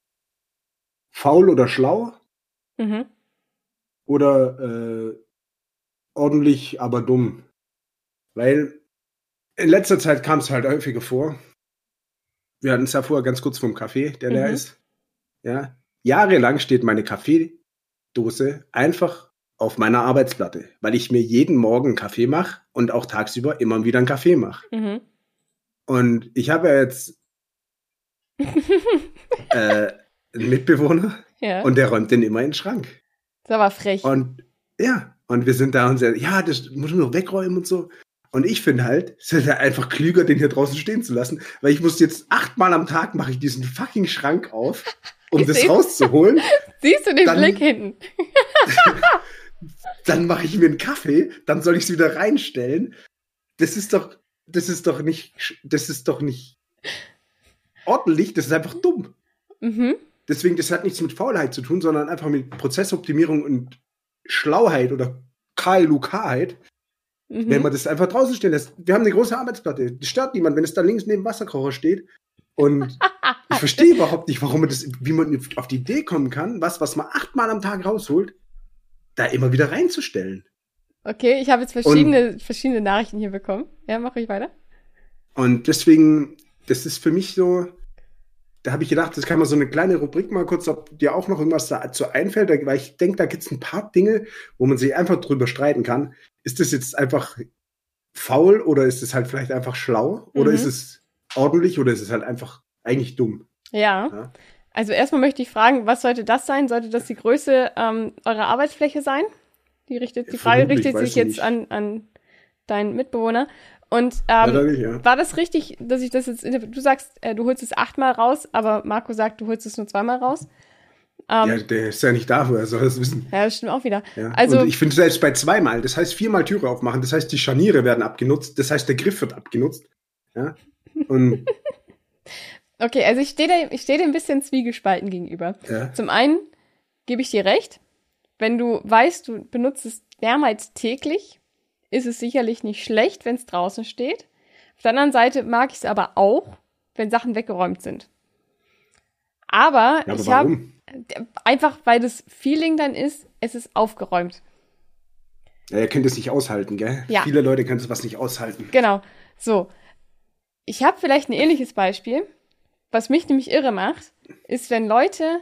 faul oder schlau Mhm. oder äh, ordentlich, aber dumm. Weil in letzter Zeit kam es halt häufiger vor. Wir hatten es ja vorher ganz kurz vom Kaffee, der leer Mhm. ist. Ja. Jahrelang steht meine Kaffeedose einfach auf meiner Arbeitsplatte, weil ich mir jeden Morgen einen Kaffee mache und auch tagsüber immer wieder einen Kaffee mache. Mhm. Und ich habe ja jetzt äh, einen Mitbewohner Ja. und der räumt den immer in den Schrank. Das ist aber frech. Und ja, und wir sind da und sagen, ja, das muss man noch wegräumen und so. Und ich finde halt, es ist ja einfach klüger, den hier draußen stehen zu lassen, weil ich muss jetzt achtmal am Tag mache ich diesen fucking Schrank auf, um Ich das seh's. rauszuholen. Siehst du den dann- Blick hinten? Dann mache ich mir einen Kaffee, dann soll ich es wieder reinstellen. Das ist doch, das ist doch nicht, das ist doch nicht ordentlich, das ist einfach dumm. Mhm. Deswegen, das hat nichts mit Faulheit zu tun, sondern einfach mit Prozessoptimierung und Schlauheit oder K L U K-Heit, Mhm. wenn man das einfach draußen stehen lässt. Wir haben eine große Arbeitsplatte, das stört niemand, wenn es da links neben dem Wasserkocher steht. Und ich verstehe überhaupt nicht, warum man das, wie man auf die Idee kommen kann, was, was man achtmal am Tag rausholt, da immer wieder reinzustellen. Okay, ich habe jetzt verschiedene, verschiedene Nachrichten hier bekommen. Ja, mach ich weiter. Und deswegen, das ist für mich so, da habe ich gedacht, das kann man so eine kleine Rubrik mal kurz, ob dir auch noch irgendwas dazu einfällt, weil ich denke, da gibt es ein paar Dinge, wo man sich einfach drüber streiten kann. Ist das jetzt einfach faul oder ist es halt vielleicht einfach schlau? Oder Mhm. ist es ordentlich oder ist es halt einfach eigentlich dumm? Ja. Ja. Also erstmal möchte ich fragen, was sollte das sein? Sollte das die Größe ähm, eurer Arbeitsfläche sein? Die, richtet, die Frage Vermutlich, richtet weiß sich ich jetzt nicht. an, an deinen Mitbewohner. Und Ja, ähm, da nicht, ja. war das richtig, dass ich das jetzt, du sagst, äh, du holst es achtmal raus, aber Marco sagt, du holst es nur zweimal raus. Ähm, Ja, der ist ja nicht da, woher soll er das wissen? ja, das stimmt auch wieder. Ja. Also, Und ich finde selbst bei zweimal, das heißt viermal Türe aufmachen, das heißt die Scharniere werden abgenutzt, das heißt der Griff wird abgenutzt. Ja. Und okay, also ich stehe dem, ich stehe dem ein bisschen zwiegespalten gegenüber. ja. Zum einen gebe ich dir recht, wenn du weißt, du benutzt es mehrmals täglich, ist es sicherlich nicht schlecht, wenn es draußen steht. Auf der anderen Seite mag ich es aber auch, wenn Sachen weggeräumt sind. Aber, Ja, aber ich habe warum? einfach, weil das Feeling dann ist, es ist aufgeräumt. Ja, ihr könnt es nicht aushalten, gell? Ja. Viele Leute können sowas nicht aushalten. Genau. So. Ich habe vielleicht ein ähnliches Beispiel. Was mich nämlich irre macht, ist, wenn Leute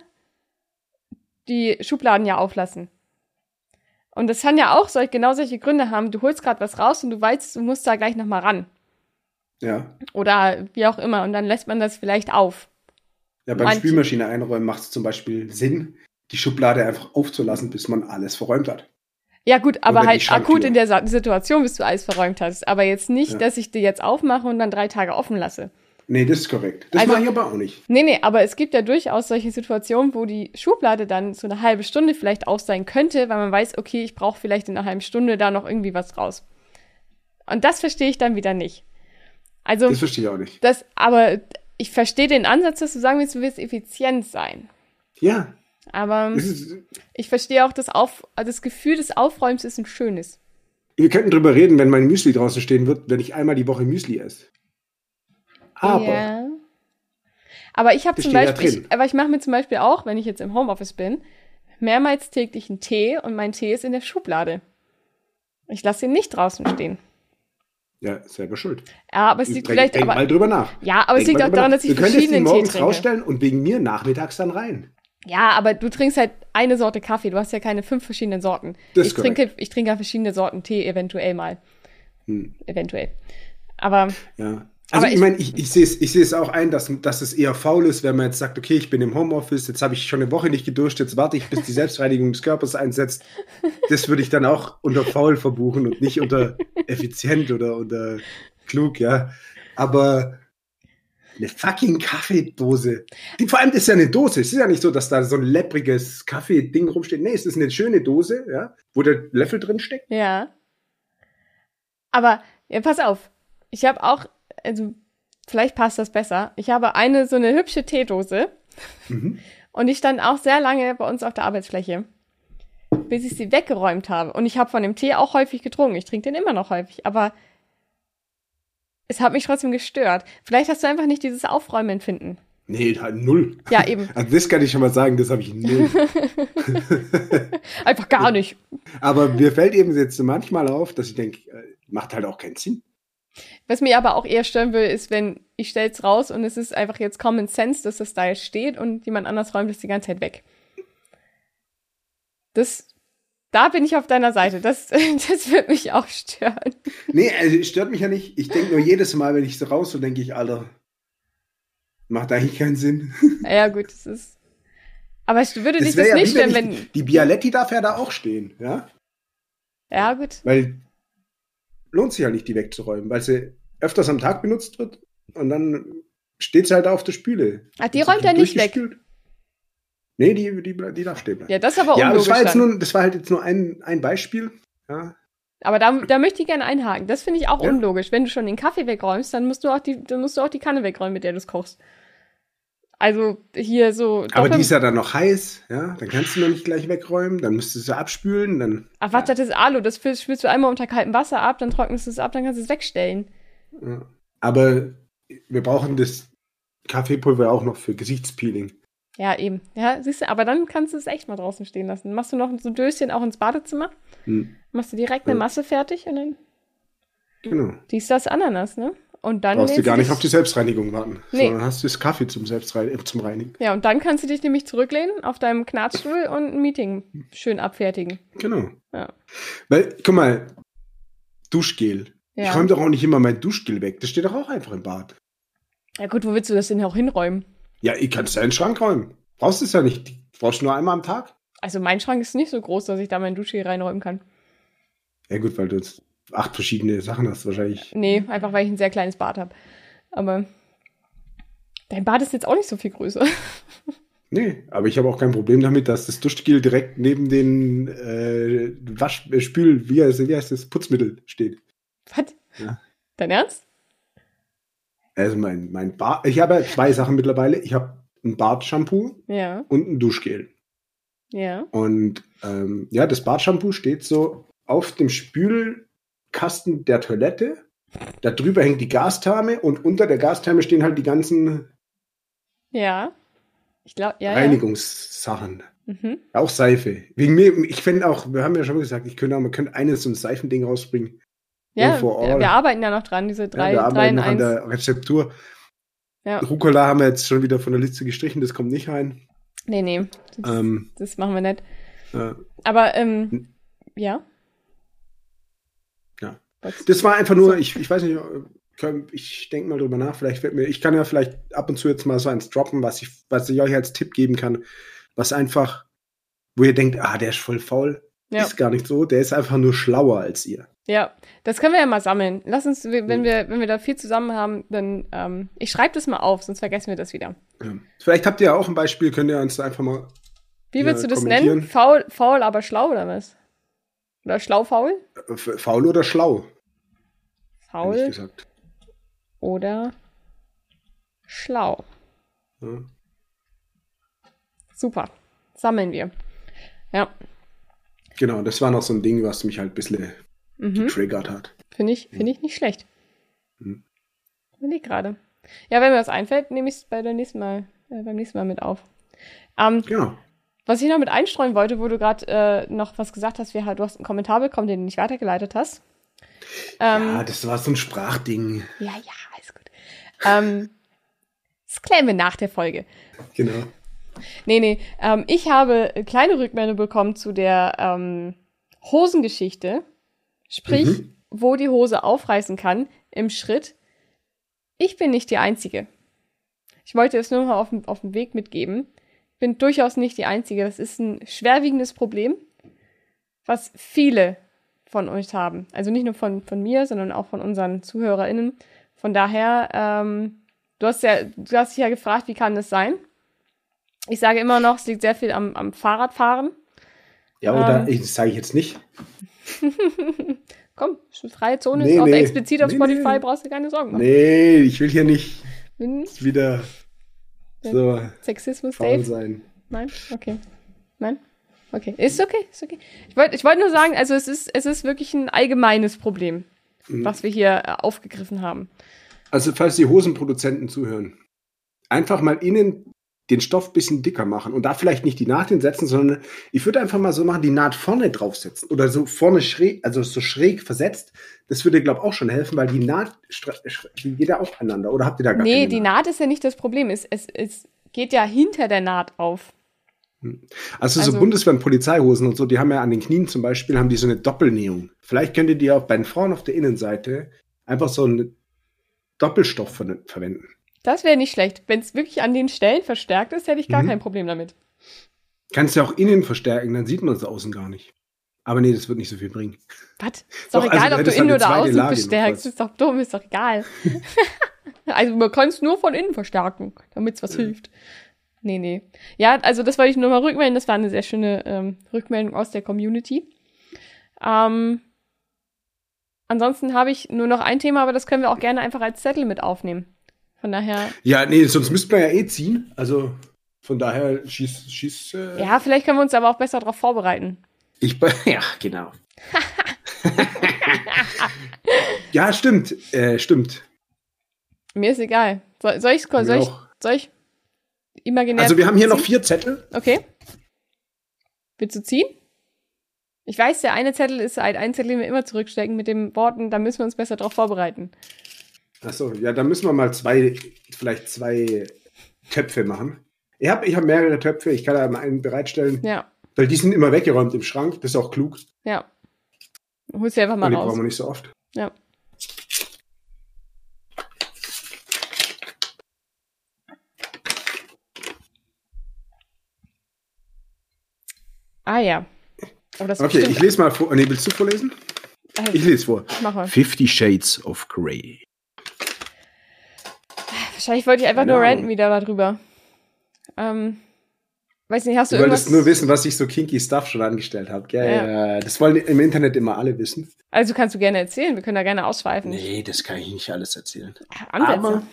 die Schubladen ja auflassen. Und das kann ja auch solch, genau solche Gründe haben. Du holst gerade was raus und du weißt, du musst da gleich nochmal ran. Ja. Oder wie auch immer. Und dann lässt man das vielleicht auf. Ja, beim Manche- Spülmaschine einräumen macht es zum Beispiel Sinn, die Schublade einfach aufzulassen, bis man alles verräumt hat. Ja gut, aber Oder die halt Schranktür. akut in der Sa- Situation, bis du alles verräumt hast. Aber jetzt nicht, Ja. dass ich die jetzt aufmache und dann drei Tage offen lasse. Nee, das ist korrekt. Das Also- mache ich aber auch nicht. Nee, nee, aber es gibt ja durchaus solche Situationen, wo die Schublade dann so eine halbe Stunde vielleicht auf sein könnte, weil man weiß, okay, ich brauche vielleicht in einer halben Stunde da noch irgendwie was raus. Und das verstehe ich dann wieder nicht. Also, Das verstehe ich auch nicht. das, aber ich verstehe den Ansatz, dass du sagen willst, du willst effizient sein. Ja, Aber das ist, ich verstehe auch, das, Auf, das Gefühl des Aufräumens ist ein schönes. wir könnten drüber reden, wenn mein Müsli draußen stehen wird, wenn ich einmal die Woche Müsli esse. Aber Ja. Aber ich habe Das zum steht da Beispiel, drin. ich, aber ich mache mir zum Beispiel auch, wenn ich jetzt im Homeoffice bin, mehrmals täglich einen Tee und mein Tee ist in der Schublade. Ich lasse ihn nicht draußen stehen. ja, selber schuld. Ja, aber es liegt Denk, vielleicht, denk aber, mal drüber nach. ja, aber es Denk liegt mal auch drüber daran, nach. dass ich Du könntest die verschiedenen Tee morgens trinke. rausstellen und wegen mir nachmittags dann rein. Ja, aber du trinkst halt eine Sorte Kaffee. Du hast ja keine fünf verschiedenen Sorten. Das ich ist korrekt. trinke, ich trinke ja verschiedene Sorten Tee, eventuell mal. Hm. Eventuell. Aber Ja. Also Aber ich ich- meine, ich, ich sehe es ich sehe es auch ein, dass, dass es eher faul ist, wenn man jetzt sagt, okay, ich bin im Homeoffice, jetzt habe ich schon eine Woche nicht geduscht, jetzt warte ich, bis die Selbstreinigung des Körpers einsetzt. Das würde ich dann auch unter faul verbuchen und nicht unter effizient oder unter klug, ja. Aber eine fucking Kaffeedose. Die, vor allem ist ja eine Dose. Es ist ja nicht so, dass da so ein leppriges Kaffee-Ding rumsteht. Nee, es ist eine schöne Dose, ja, wo der Löffel drin steckt. ja. Aber, ja, pass auf. Ich habe auch, also, vielleicht passt das besser. Ich habe eine, so eine hübsche Teedose. Mhm. Und die stand auch sehr lange bei uns auf der Arbeitsfläche. Bis ich sie weggeräumt habe. Und ich habe von dem Tee auch häufig getrunken. Ich trinke den immer noch häufig. Aber es hat mich trotzdem gestört. Vielleicht hast du einfach nicht dieses Aufräumen-Empfinden. Nee, halt null. Ja, eben. Also das kann ich schon mal sagen, das habe ich null. Einfach gar nicht. Aber mir fällt eben jetzt so manchmal auf, dass ich denke, äh, macht halt auch keinen Sinn. Was mir aber auch eher stören will, ist, wenn ich stell's raus und es ist einfach jetzt Common Sense, dass das da jetzt steht und jemand anders räumt es die ganze Zeit weg. Das, da bin ich auf deiner Seite. Das, das wird mich auch stören. Nee, also es stört mich ja nicht. Ich denke nur jedes Mal, wenn ich so raus, so denke ich, Alter, macht eigentlich keinen Sinn. Ja, gut, das ist. Aber es würde dich wär das nicht wie stören, ich- wenn. Die Bialetti darf ja da auch stehen, ja? Ja, gut. Weil lohnt sich ja nicht, die wegzuräumen, weil sie öfters am Tag benutzt wird und dann steht sie halt da auf der Spüle. Ach, die Ist räumt er nicht weg. durchgespült. Nee, die, die, die darf stehen bleiben. Ja, das ist aber Ja, aber unlogisch das war, jetzt dann. nur, das war halt jetzt nur ein, ein Beispiel. Ja, Aber da, da möchte ich gerne einhaken. Das finde ich auch Ja. unlogisch. Wenn du schon den Kaffee wegräumst, dann musst du auch die, dann musst du auch die Kanne wegräumen, mit der du es kochst. Also hier so. aber Doppel- die ist ja dann noch heiß, ja, dann kannst du noch nicht gleich wegräumen, dann müsstest du sie abspülen, dann. Ach, warte, das ist Alu. Das spül- spülst du einmal unter kaltem Wasser ab, dann trocknest du es ab, dann kannst du es wegstellen. Ja. Aber wir brauchen das Kaffeepulver auch noch für Gesichtspeeling. Ja, eben. Ja, siehst du, aber dann kannst du es echt mal draußen stehen lassen. Dann machst du noch so ein Döschen auch ins Badezimmer, Hm. machst du direkt eine Ja. Masse fertig und dann Genau. dies, das, Ananas, ne? Und dann Brauchst du lädst gar nicht dich- auf die Selbstreinigung warten, Nee. sondern hast du das Kaffee zum Selbstreinigen, zum Reinigen. Ja, und dann kannst du dich nämlich zurücklehnen auf deinem Knarzstuhl und ein Meeting schön abfertigen. Genau. Ja. Weil, guck mal, Duschgel. Ja. Ich räume doch auch nicht immer mein Duschgel weg. Das steht doch auch einfach im Bad. Ja gut, wo willst du das denn auch hinräumen? Ja, ich kann es ja in den Schrank räumen. Brauchst es ja nicht. Die brauchst du nur einmal am Tag. Also mein Schrank ist nicht so groß, dass ich da mein Duschgel reinräumen kann. Ja gut, weil du jetzt acht verschiedene Sachen hast wahrscheinlich. Nee, einfach weil ich ein sehr kleines Bad habe. Aber dein Bad ist jetzt auch nicht so viel größer. Nee, aber ich habe auch kein Problem damit, dass das Duschgel direkt neben den äh, Wasch, äh, Spül, wie heißt, wie heißt das, Putzmittel steht. Was? Ja. Dein Ernst? Also mein, mein Bad, ich habe ja zwei Sachen mittlerweile. Ich habe ein Bartshampoo Ja, und ein Duschgel. ja. Und ähm, ja, das Bartshampoo steht so auf dem Spülkasten der Toilette. Da drüber hängt die Gastherme und unter der Gastherme stehen halt die ganzen Ja. Ich glaube, ja. Reinigungssachen. Ja. Mhm. Auch Seife. Wegen mir, ich finde auch, wir haben ja schon mal gesagt, ich könnte auch, man könnte eines so ein Seifending rausbringen. Ja, One for wir, all. wir arbeiten ja noch dran, diese drei, ja, wir drei arbeiten in noch an eins. der Rezeptur. Ja. Rucola haben wir jetzt schon wieder von der Liste gestrichen, das kommt nicht rein. Nee, nee. Das, Ähm, das machen wir nicht. äh, Aber, ähm, ja. Ja. Was? Das war einfach nur, ich, ich weiß nicht, können- ich denke mal drüber nach, vielleicht wird mir, ich kann ja vielleicht ab und zu jetzt mal so eins droppen, was ich, was ich euch als Tipp geben kann, was einfach, wo ihr denkt, ah, der ist voll faul. Ja. Ist gar nicht so, der ist einfach nur schlauer als ihr. Ja, das können wir ja mal sammeln. Lass uns, wenn wir, wenn wir da viel zusammen haben, dann, ähm, ich schreibe das mal auf, sonst vergessen wir das wieder. Ja. Vielleicht habt ihr ja auch ein Beispiel, könnt ihr uns da einfach mal Wie willst du das nennen? Faul, faul, aber schlau, oder was? Oder schlau-faul? Faul oder schlau? Faul gesagt. Oder schlau. Ja. Super. Sammeln wir. Ja. Genau, das war noch so ein Ding, was mich halt ein bisschen mhm. getriggert hat. Finde ich, find ich nicht schlecht. Mhm. Finde ich gerade. Ja, wenn mir was einfällt, nehme ich es bei der nächsten Mal, äh, beim nächsten Mal mit auf. Ähm, genau. Was ich noch mit einstreuen wollte, wo du gerade äh, noch was gesagt hast, wir, du hast einen Kommentar bekommen, den du nicht weitergeleitet hast. Ähm, ja, das war so ein Sprachding. Ja, ja, alles gut. Ähm, das klären wir nach der Folge. Genau. Nee, nee. Ähm, ich habe kleine Rückmeldung bekommen zu der ähm, Hosengeschichte. Sprich, mhm. wo die Hose aufreißen kann im Schritt. Ich bin nicht die Einzige. Ich wollte es nur mal auf, auf den Weg mitgeben. Bin durchaus nicht die Einzige. Das ist ein schwerwiegendes Problem, was viele von euch haben. Also nicht nur von, von mir, sondern auch von unseren ZuhörerInnen. Von daher, ähm, du hast ja, du hast dich ja gefragt, wie kann das sein? Ich sage immer noch, es liegt sehr viel am, am Fahrradfahren. Ja, oder ähm, das sage ich jetzt nicht. Komm, freie Zone nee, ist auch nee, explizit auf nee, Spotify, nee. brauchst du keine Sorgen machen. Nee, ich will hier nicht Bin wieder so Sexismus, faul Dave? sein. Nein? Okay. Nein? Okay. Ist okay, ist okay. Ich wollte ich wollt nur sagen, also es ist, es ist wirklich ein allgemeines Problem, mhm. was wir hier äh, aufgegriffen haben. Also falls die Hosenproduzenten zuhören, einfach mal innen den Stoff ein bisschen dicker machen und da vielleicht nicht die Naht hinsetzen, sondern ich würde einfach mal so machen, die Naht vorne draufsetzen oder so vorne schräg, also so schräg versetzt. Das würde, glaube ich, auch schon helfen, weil die Naht, die geht ja auch aneinander. Oder habt ihr da gar Nee, keine die Naht? Naht ist ja nicht das Problem. Es, es, es geht ja hinter der Naht auf. Also, also so Bundeswehr-Polizeihosen und so, die haben ja an den Knien zum Beispiel, haben die so eine Doppelnähung. Vielleicht könnt ihr die auch bei den Frauen auf der Innenseite einfach so einen Doppelstoff ver- verwenden. Das wäre nicht schlecht. Wenn es wirklich an den Stellen verstärkt ist, hätte ich gar mhm. kein Problem damit. Kannst du ja auch innen verstärken, dann sieht man es außen gar nicht. Aber nee, das wird nicht so viel bringen. Was? Ist doch, doch egal, also, ob du innen oder außen Lage verstärkst. Ist doch dumm, ist doch egal. Also man kann es nur von innen verstärken, damit es was ja. hilft. Nee, nee. Ja, also das wollte ich nur mal rückmelden. Das war eine sehr schöne ähm, Rückmeldung aus der Community. Ähm, ansonsten habe ich nur noch ein Thema, aber das können wir auch gerne einfach als Zettel mit aufnehmen. Von daher. Ja, nee, sonst müsste man ja eh ziehen. Also von daher schieß. schieß äh ja, vielleicht können wir uns aber auch besser darauf vorbereiten. Ich ja, genau. Ja, stimmt. Äh, stimmt. Mir ist egal. Soll, soll ich soll ich, soll ich imaginär. Also wir haben hier ziehen? noch vier Zettel. Okay. Willst du ziehen? Ich weiß, der eine Zettel ist halt ein Zettel, den wir immer zurückstecken mit den Worten, da müssen wir uns besser darauf vorbereiten. Achso, ja, dann müssen wir mal zwei, vielleicht zwei Töpfe machen. Ich habe ich hab mehrere Töpfe, ich kann da mal einen bereitstellen. Ja. Weil die sind immer weggeräumt im Schrank, das ist auch klug. Ja. Holst du einfach mal Und die raus. brauchen wir nicht so oft. Ja. Ah ja. Oh, das okay, ich lese mal vor. Nee, willst du vorlesen? Also, ich lese vor. Mach mal. Fifty Shades of Grey. Wahrscheinlich wollte ich einfach Keine nur ranten wieder darüber. Ähm, weiß nicht, hast du, du irgendwas... Du wolltest nur wissen, was ich so kinky Stuff schon angestellt habe. Ja, ja. ja, das wollen im Internet immer alle wissen. Also kannst du gerne erzählen, wir können da gerne ausschweifen. Nee, das kann ich nicht alles erzählen. Ansätze. Aber,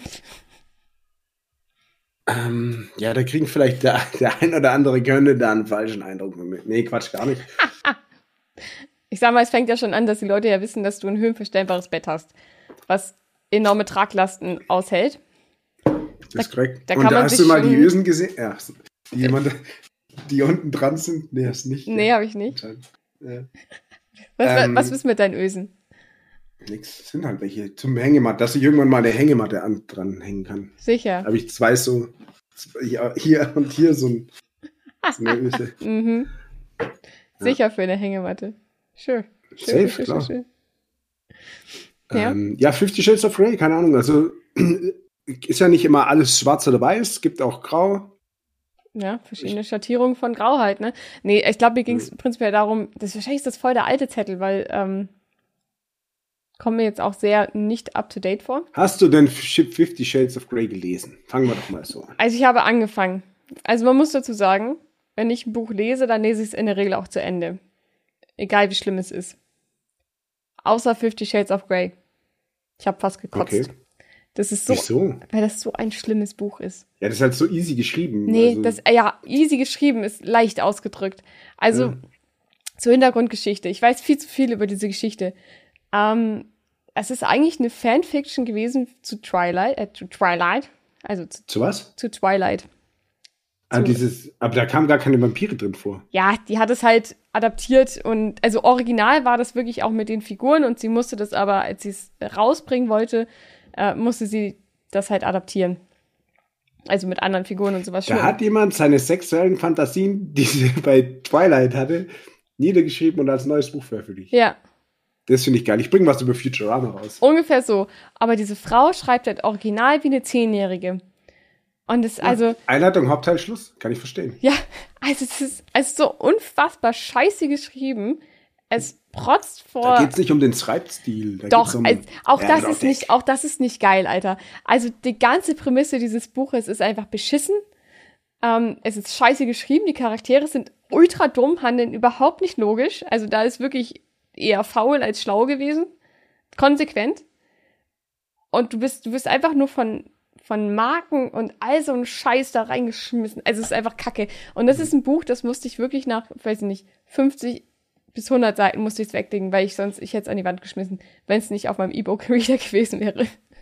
ähm, ja, da kriegen vielleicht der, der ein oder andere Gönne da einen falschen Eindruck mit. Nee, Quatsch, gar nicht. Ich sag mal, es fängt ja schon an, dass die Leute ja wissen, dass du ein höhenverstellbares Bett hast, was enorme Traglasten aushält. Das ist korrekt. Da und kann da man hast sich du mal schon... die Ösen gesehen? Ja, die, jemand, die unten dran sind? Nee, hast nicht. Nee, ja. habe ich nicht. Ja. Was, ähm, was ist mit deinen Ösen? Nix, sind halt welche zum Hängematte, dass ich irgendwann mal eine Hängematte an, dran hängen kann. Sicher. Habe ich zwei so, ja, hier und hier so, ein, so eine Öse. mhm. Ja. Sicher für eine Hängematte. Schön. Safe, schön, klar. schön, schön. Ja. Ähm, ja, Fifty Shades of Grey, keine Ahnung, also ist ja nicht immer alles schwarz oder weiß, es gibt auch grau. Ja, verschiedene Schattierungen von Grauheit, ne? Nee, ich glaube, mir ging es mhm. prinzipiell darum, das wahrscheinlich ist das voll der alte Zettel, weil ähm, Kommt mir jetzt auch sehr nicht up-to-date vor. Hast du denn Fifty Shades of Grey gelesen? Fangen wir doch mal so an. Also ich habe angefangen. Also man muss dazu sagen, wenn ich ein Buch lese, dann lese ich es in der Regel auch zu Ende. Egal wie schlimm es ist. Außer Fifty Shades of Grey. Ich habe fast gekotzt. Okay. Das ist so, Wieso? Weil das so ein schlimmes Buch ist. Ja, das ist halt so easy geschrieben. Nee, also. das, ja, easy geschrieben ist leicht ausgedrückt. Also, ja. Zur Hintergrundgeschichte. Ich weiß viel zu viel über diese Geschichte. Ähm, es ist eigentlich eine Fanfiction gewesen zu Twilight, äh, zu Twilight. Also zu, zu was? Zu Twilight. Ah, dieses, aber da kamen gar keine Vampire drin vor. Ja, die hat es halt adaptiert und, also original war das wirklich auch mit den Figuren und sie musste das aber, als sie es rausbringen wollte, äh, musste sie das halt adaptieren. Also mit anderen Figuren und sowas. Da schon. hat jemand seine sexuellen Fantasien, die sie bei Twilight hatte, niedergeschrieben und als neues Buch veröffentlicht. Ja. Das finde ich geil. Ich bringe was über Futurama raus. Ungefähr so. Aber diese Frau schreibt halt original wie eine Zehnjährige. Und das, also. Ja, Einleitung, Hauptteil, Schluss. Kann ich verstehen. Ja, also es ist, es ist so unfassbar scheiße geschrieben. Es protzt vor. Da geht's nicht um den Schreibstil. Da Doch, um also, auch das Erotik. ist nicht, auch das ist nicht geil, Alter. Also die ganze Prämisse dieses Buches ist einfach beschissen. Ähm, es ist scheiße geschrieben. Die Charaktere sind ultra dumm, handeln überhaupt nicht logisch. Also da ist wirklich eher faul als schlau gewesen. Konsequent. Und du bist, du bist einfach nur von, von Marken und all so ein Scheiß da reingeschmissen. Also es ist einfach Kacke. Und das ist ein Buch, das musste ich wirklich nach, weiß ich nicht, fünfzig bis hundert Seiten musste ich es weglegen, weil ich sonst, ich hätte es an die Wand geschmissen, wenn es nicht auf meinem E-Book-Reader gewesen wäre.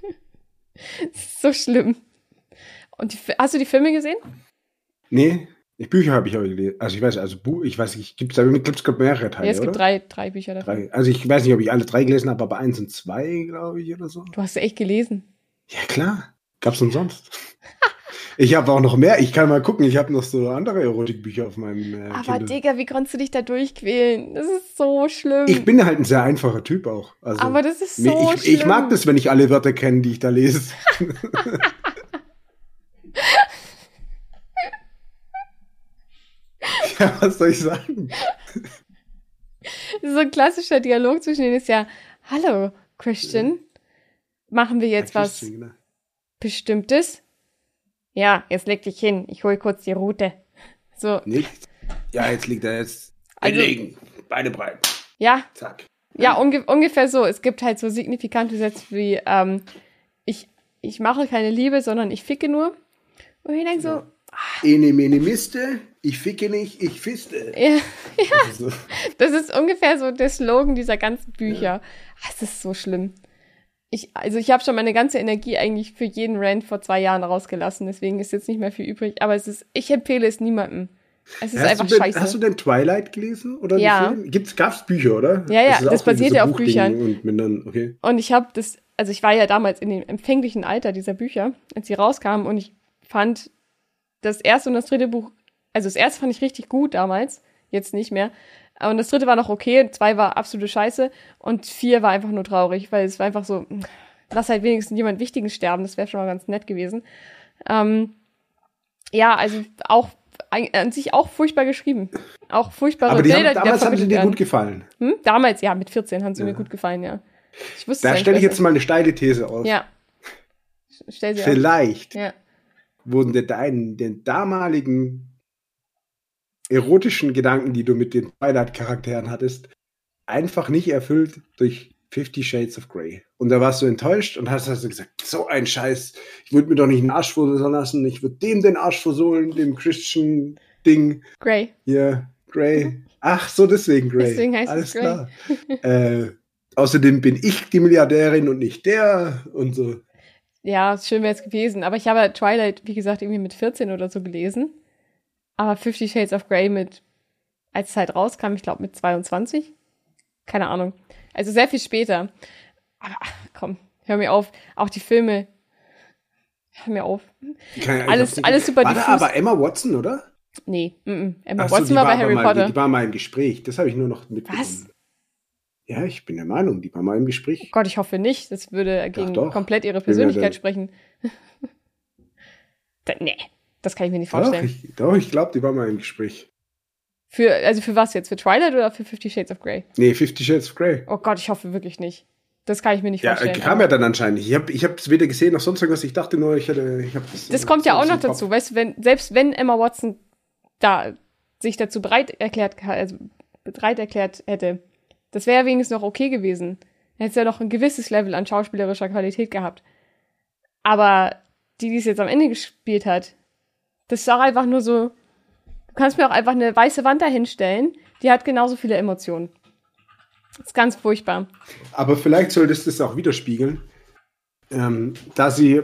Das ist so schlimm. Und die, hast du die Filme gesehen? Nee, die Bücher habe ich aber gelesen. Also ich weiß, also Buch, ich weiß nicht, gibt es da gibt's mehrere Teile, Ja, es gibt oder? drei, drei Bücher davon. Drei. Also ich weiß nicht, ob ich alle drei gelesen habe, aber eins und zwei, glaube ich, oder so. Du hast ja echt gelesen. Ja, klar. Gab's umsonst. Ich habe auch noch mehr. Ich kann mal gucken. Ich habe noch so andere Erotikbücher auf meinem äh, Aber Kindle. Digga, wie konntest du dich da durchquälen? Das ist so schlimm. Ich bin halt ein sehr einfacher Typ auch. Also, aber das ist so ich, schlimm. Ich mag das, wenn ich alle Wörter kenne, die ich da lese. Ja, was soll ich sagen? So ein klassischer Dialog zwischen denen ist ja, hallo, Christian, machen wir jetzt ja, was genau. Bestimmtes? Ja, jetzt leg dich hin, ich hol kurz die Route. So. Nicht? Ja, jetzt liegt er jetzt Also, einlegen, Beine breit. Ja. Zack. Ja, unge- ungefähr so. Es gibt halt so signifikante Sätze wie, ähm, ich, ich mache keine Liebe, sondern ich ficke nur. Und ich denke so, Ene, mene, miste, ich ficke nicht, ich fiste. ja, ja. Also, Das ist ungefähr so der Slogan dieser ganzen Bücher. Das ist so schlimm. Ich, also ich habe schon meine ganze Energie eigentlich für jeden Rant vor zwei Jahren rausgelassen, deswegen ist jetzt nicht mehr viel übrig. Aber es ist, ich empfehle es niemandem. Es ist hast einfach du denn, scheiße. Hast du denn Twilight gelesen? Oder Ja. den Film? Gibt's, gab's Bücher, oder? Ja, ja, ist das auch basiert diese ja auf Buchding Büchern. Und mit dann, okay. Und ich habe das, also ich war ja damals in dem empfänglichen Alter dieser Bücher, als sie rauskamen, und ich fand das erste und das dritte Buch, also das erste fand ich richtig gut damals, jetzt nicht mehr. Und das dritte war noch okay, zwei war absolute Scheiße und vier war einfach nur traurig, weil es war einfach so, lass halt wenigstens jemand Wichtigen sterben, das wäre schon mal ganz nett gewesen. Ähm, ja, also auch an sich auch furchtbar geschrieben. Auch furchtbare Aber die Bilder, haben, die damals da haben sie dir werden. gut gefallen. Hm? Damals, ja, mit vierzehn haben sie Ja. mir gut gefallen, ja. Ich wusste Da es stelle ich eigentlich jetzt mal eine steile These auf. besser. Ja. Stell sie auf. Vielleicht Ja. wurden dir deinen, den damaligen erotischen Gedanken, die du mit den Twilight-Charakteren hattest, einfach nicht erfüllt durch Fifty Shades of Grey. Und da warst du enttäuscht und hast, hast du gesagt, so ein Scheiß, ich würde mir doch nicht den Arsch versohlen lassen, ich würde dem den Arsch versohlen, dem Christian-Ding. Grey. Hier, Grey. Ach, so deswegen Grey. Deswegen heißt Alles es Grey. klar. äh, außerdem bin ich die Milliardärin und nicht der und so. Ja, schön wäre es gewesen. Aber ich habe Twilight, wie gesagt, irgendwie mit vierzehn oder so gelesen. Aber Fifty Shades of Grey mit, als es halt rauskam, ich glaube mit zweiundzwanzig. Keine Ahnung. Also sehr viel später. Aber ach, komm, hör mir auf. Auch die Filme. Hör mir auf. Keine, Alles, alles super war da diffus. aber Emma Watson, oder? Nee, m -m. Emma Ach so, Watson die war bei aber Harry mal, Potter. Die, die war mal im Gespräch. Das habe ich nur noch mitbekommen. Was? Ja, ich bin der Meinung, die war mal im Oh Gespräch. Gott, ich hoffe nicht. Das würde gegen doch. komplett ihre Bin mir Persönlichkeit da- sprechen. da, nee, das kann ich mir nicht Doch, vorstellen. ich, doch, ich glaube, die war mal im Gespräch. Für, also für was jetzt? Für Twilight oder für Fifty Shades of Grey? Nee, Fifty Shades of Grey. Oh Gott, ich hoffe wirklich nicht. Das kann ich mir nicht Ja, vorstellen. kam ja dann anscheinend nicht. Ich habe ich es weder gesehen noch sonst irgendwas. Ich dachte nur, ich hätte... Ich das das kommt ja auch noch dazu. Weißt du, wenn, selbst wenn Emma Watson da sich dazu bereit erklärt, also bereit erklärt hätte, das wäre ja wenigstens noch okay gewesen. Dann hätte es ja noch ein gewisses Level an schauspielerischer Qualität gehabt. Aber die, die es jetzt am Ende gespielt hat, das ist auch einfach nur so, du kannst mir auch einfach eine weiße Wand dahinstellen, die hat genauso viele Emotionen. Das ist ganz furchtbar. Aber vielleicht sollte es das auch widerspiegeln, ähm, da sie,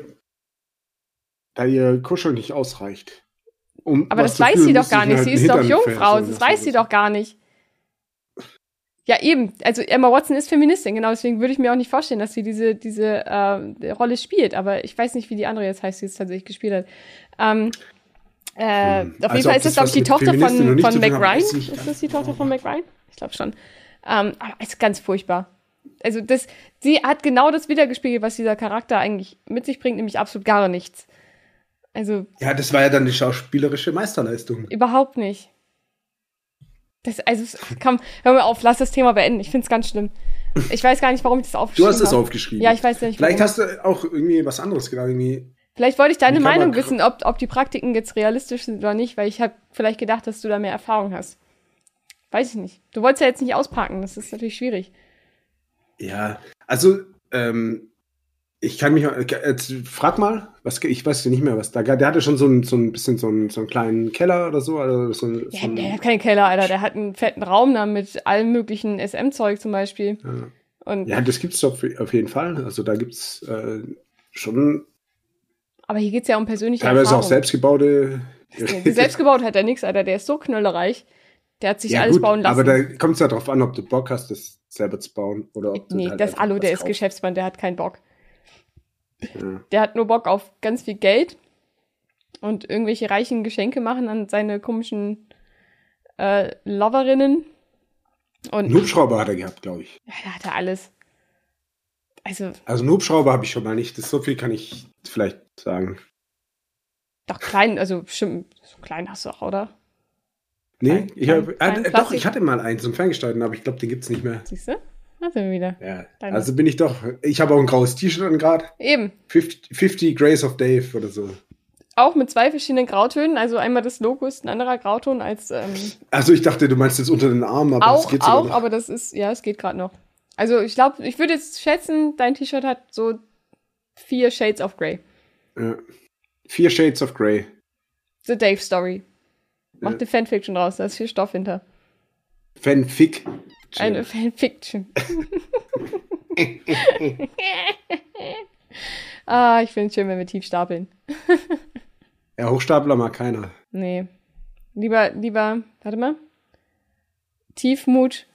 da ihr Kuscheln nicht ausreicht. Um Aber das weiß sie doch gar nicht. Sie ist doch Jungfrau. Das weiß sie doch gar nicht. Ja, eben. Also Emma Watson ist Feministin, genau. Deswegen würde ich mir auch nicht vorstellen, dass sie diese diese äh, Rolle spielt. Aber ich weiß nicht, wie die andere jetzt heißt, die es tatsächlich gespielt hat. Ähm, äh, hm. Auf jeden also Fall ist das, glaube ich, die Tochter von, von Meg Ryan. Ist das die Tochter von Meg Ryan? Ich glaube schon. Ähm, aber es ist ganz furchtbar. Also das, sie hat genau das wiedergespiegelt, was dieser Charakter eigentlich mit sich bringt, nämlich absolut gar nichts. Also, ja, das war ja dann die schauspielerische Meisterleistung. Überhaupt nicht. Das, also, komm, hör mal auf, lass das Thema beenden. Ich find's ganz schlimm. Ich weiß gar nicht, warum ich das aufgeschrieben habe. Du hast es aufgeschrieben. Ja, ich weiß nicht, warum. Vielleicht hast du auch irgendwie was anderes gedacht. Irgendwie vielleicht wollte ich deine Meinung wissen, ob, ob die Praktiken jetzt realistisch sind oder nicht, weil ich habe vielleicht gedacht, dass du da mehr Erfahrung hast. Weiß ich nicht. Du wolltest ja jetzt nicht auspacken, das ist natürlich schwierig. Ja, also, ähm, ich kann mich, jetzt frag mal, was, ich weiß nicht mehr, was da, der hatte schon so ein, so ein bisschen so einen, so einen kleinen Keller oder so. Also so ein, ja, so ein, der hat keinen Keller, Alter, der hat einen fetten Raum da mit allem möglichen S M-Zeug zum Beispiel. Ja, Und ja, das gibt's doch auf jeden Fall, also da gibt's äh, schon. Aber hier geht's ja um persönliche teilweise Erfahrung. auch selbstgebaute. Die selbstgebaut hat er nichts, Alter, der ist so knüllereich. Der hat sich ja, alles gut, bauen lassen. Aber da kommt es ja drauf an, ob du Bock hast, das selber zu bauen. Oder ob nee, du halt das Alu, der ist Geschäftsmann, der hat keinen Bock. Ja. Der hat nur Bock auf ganz viel Geld und irgendwelche reichen Geschenke machen an seine komischen äh, Loverinnen. Und einen Hubschrauber hat er gehabt, glaube ich. Ja, da hat er alles. Also, also einen Hubschrauber habe ich schon mal nicht. Das, so viel kann ich vielleicht sagen. Doch, klein, also bestimmt, so klein hast du auch, oder? Nee, ich hab, äh, doch, ich hatte mal einen zum Ferngesteuerten, aber ich glaube, den gibt's nicht mehr. Siehst du? Hast du wieder. Ja, Deine. Also bin ich doch, ich habe auch ein graues T-Shirt an gerade. Eben. fünfzig, fünfzig Grace of Dave oder so. Auch mit zwei verschiedenen Grautönen, also einmal das Logo ist ein anderer Grauton als... Ähm, also ich dachte, du meinst jetzt unter den Armen, aber auch, das geht auch, noch. aber das ist, ja, es geht gerade noch. Also ich glaube, ich würde jetzt schätzen, dein T-Shirt hat so vier Shades of Grey. Ja. Vier Shades of Grey. The Dave Story. Mach ja. eine Fanfiction raus, da ist viel Stoff hinter. Fanfic. Eine Fanfiction. ah, ich finde es schön, wenn wir tief stapeln. Ja, Hochstapler mag keiner. Nee. Lieber, lieber, warte mal. Tiefmut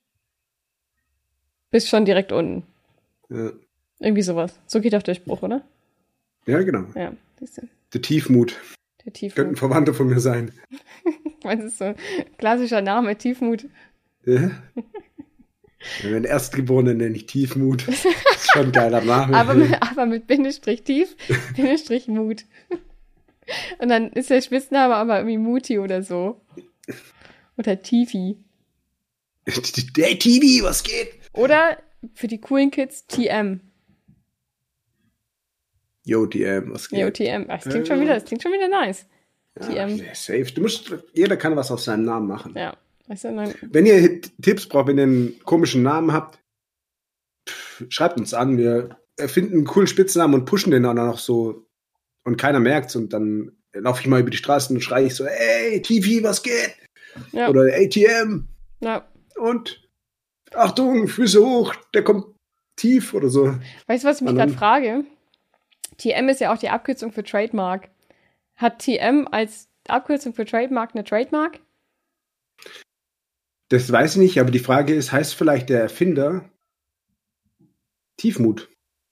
bis schon direkt unten. Ja. Irgendwie sowas. So geht auch der Spruch, oder? Ja, genau. Ja, siehst du. Der Tiefmut. Der Tiefmut. Könnten Verwandte von mir sein. Das ist so ein klassischer Name, Tiefmut. Ja. Wenn Erstgeborene nenne ich Tiefmut. Das ist schon ein geiler Name. aber, mit, aber mit Bindestrich tief, Bindestrich Mut. Und dann ist der Spitzname aber irgendwie Muti oder so. Oder Tifi. Der Tifi, was geht? Oder für die coolen Kids T M. Yo, T M, was geht? Yo, T M. Das klingt, äh, schon, wieder, das klingt schon wieder nice. Ja, T M. Okay, safe. Du musst, jeder kann was aus seinem Namen machen. Ja. Weißt du, nein. Wenn ihr Tipps braucht, wenn ihr einen komischen Namen habt, pff, schreibt uns an. Wir finden einen coolen Spitznamen und pushen den dann noch so und keiner merkt's und dann laufe ich mal über die Straßen und schreie ich so, ey, T V, was geht? Ja. Oder A T M. Ja. Und Achtung, Füße hoch, der kommt tief oder so. Weißt du, was ich mich gerade frage? T M ist ja auch die Abkürzung für Trademark. Hat T M als Abkürzung für Trademark eine Trademark? Das weiß ich nicht, aber die Frage ist, heißt vielleicht der Erfinder Tiefmut?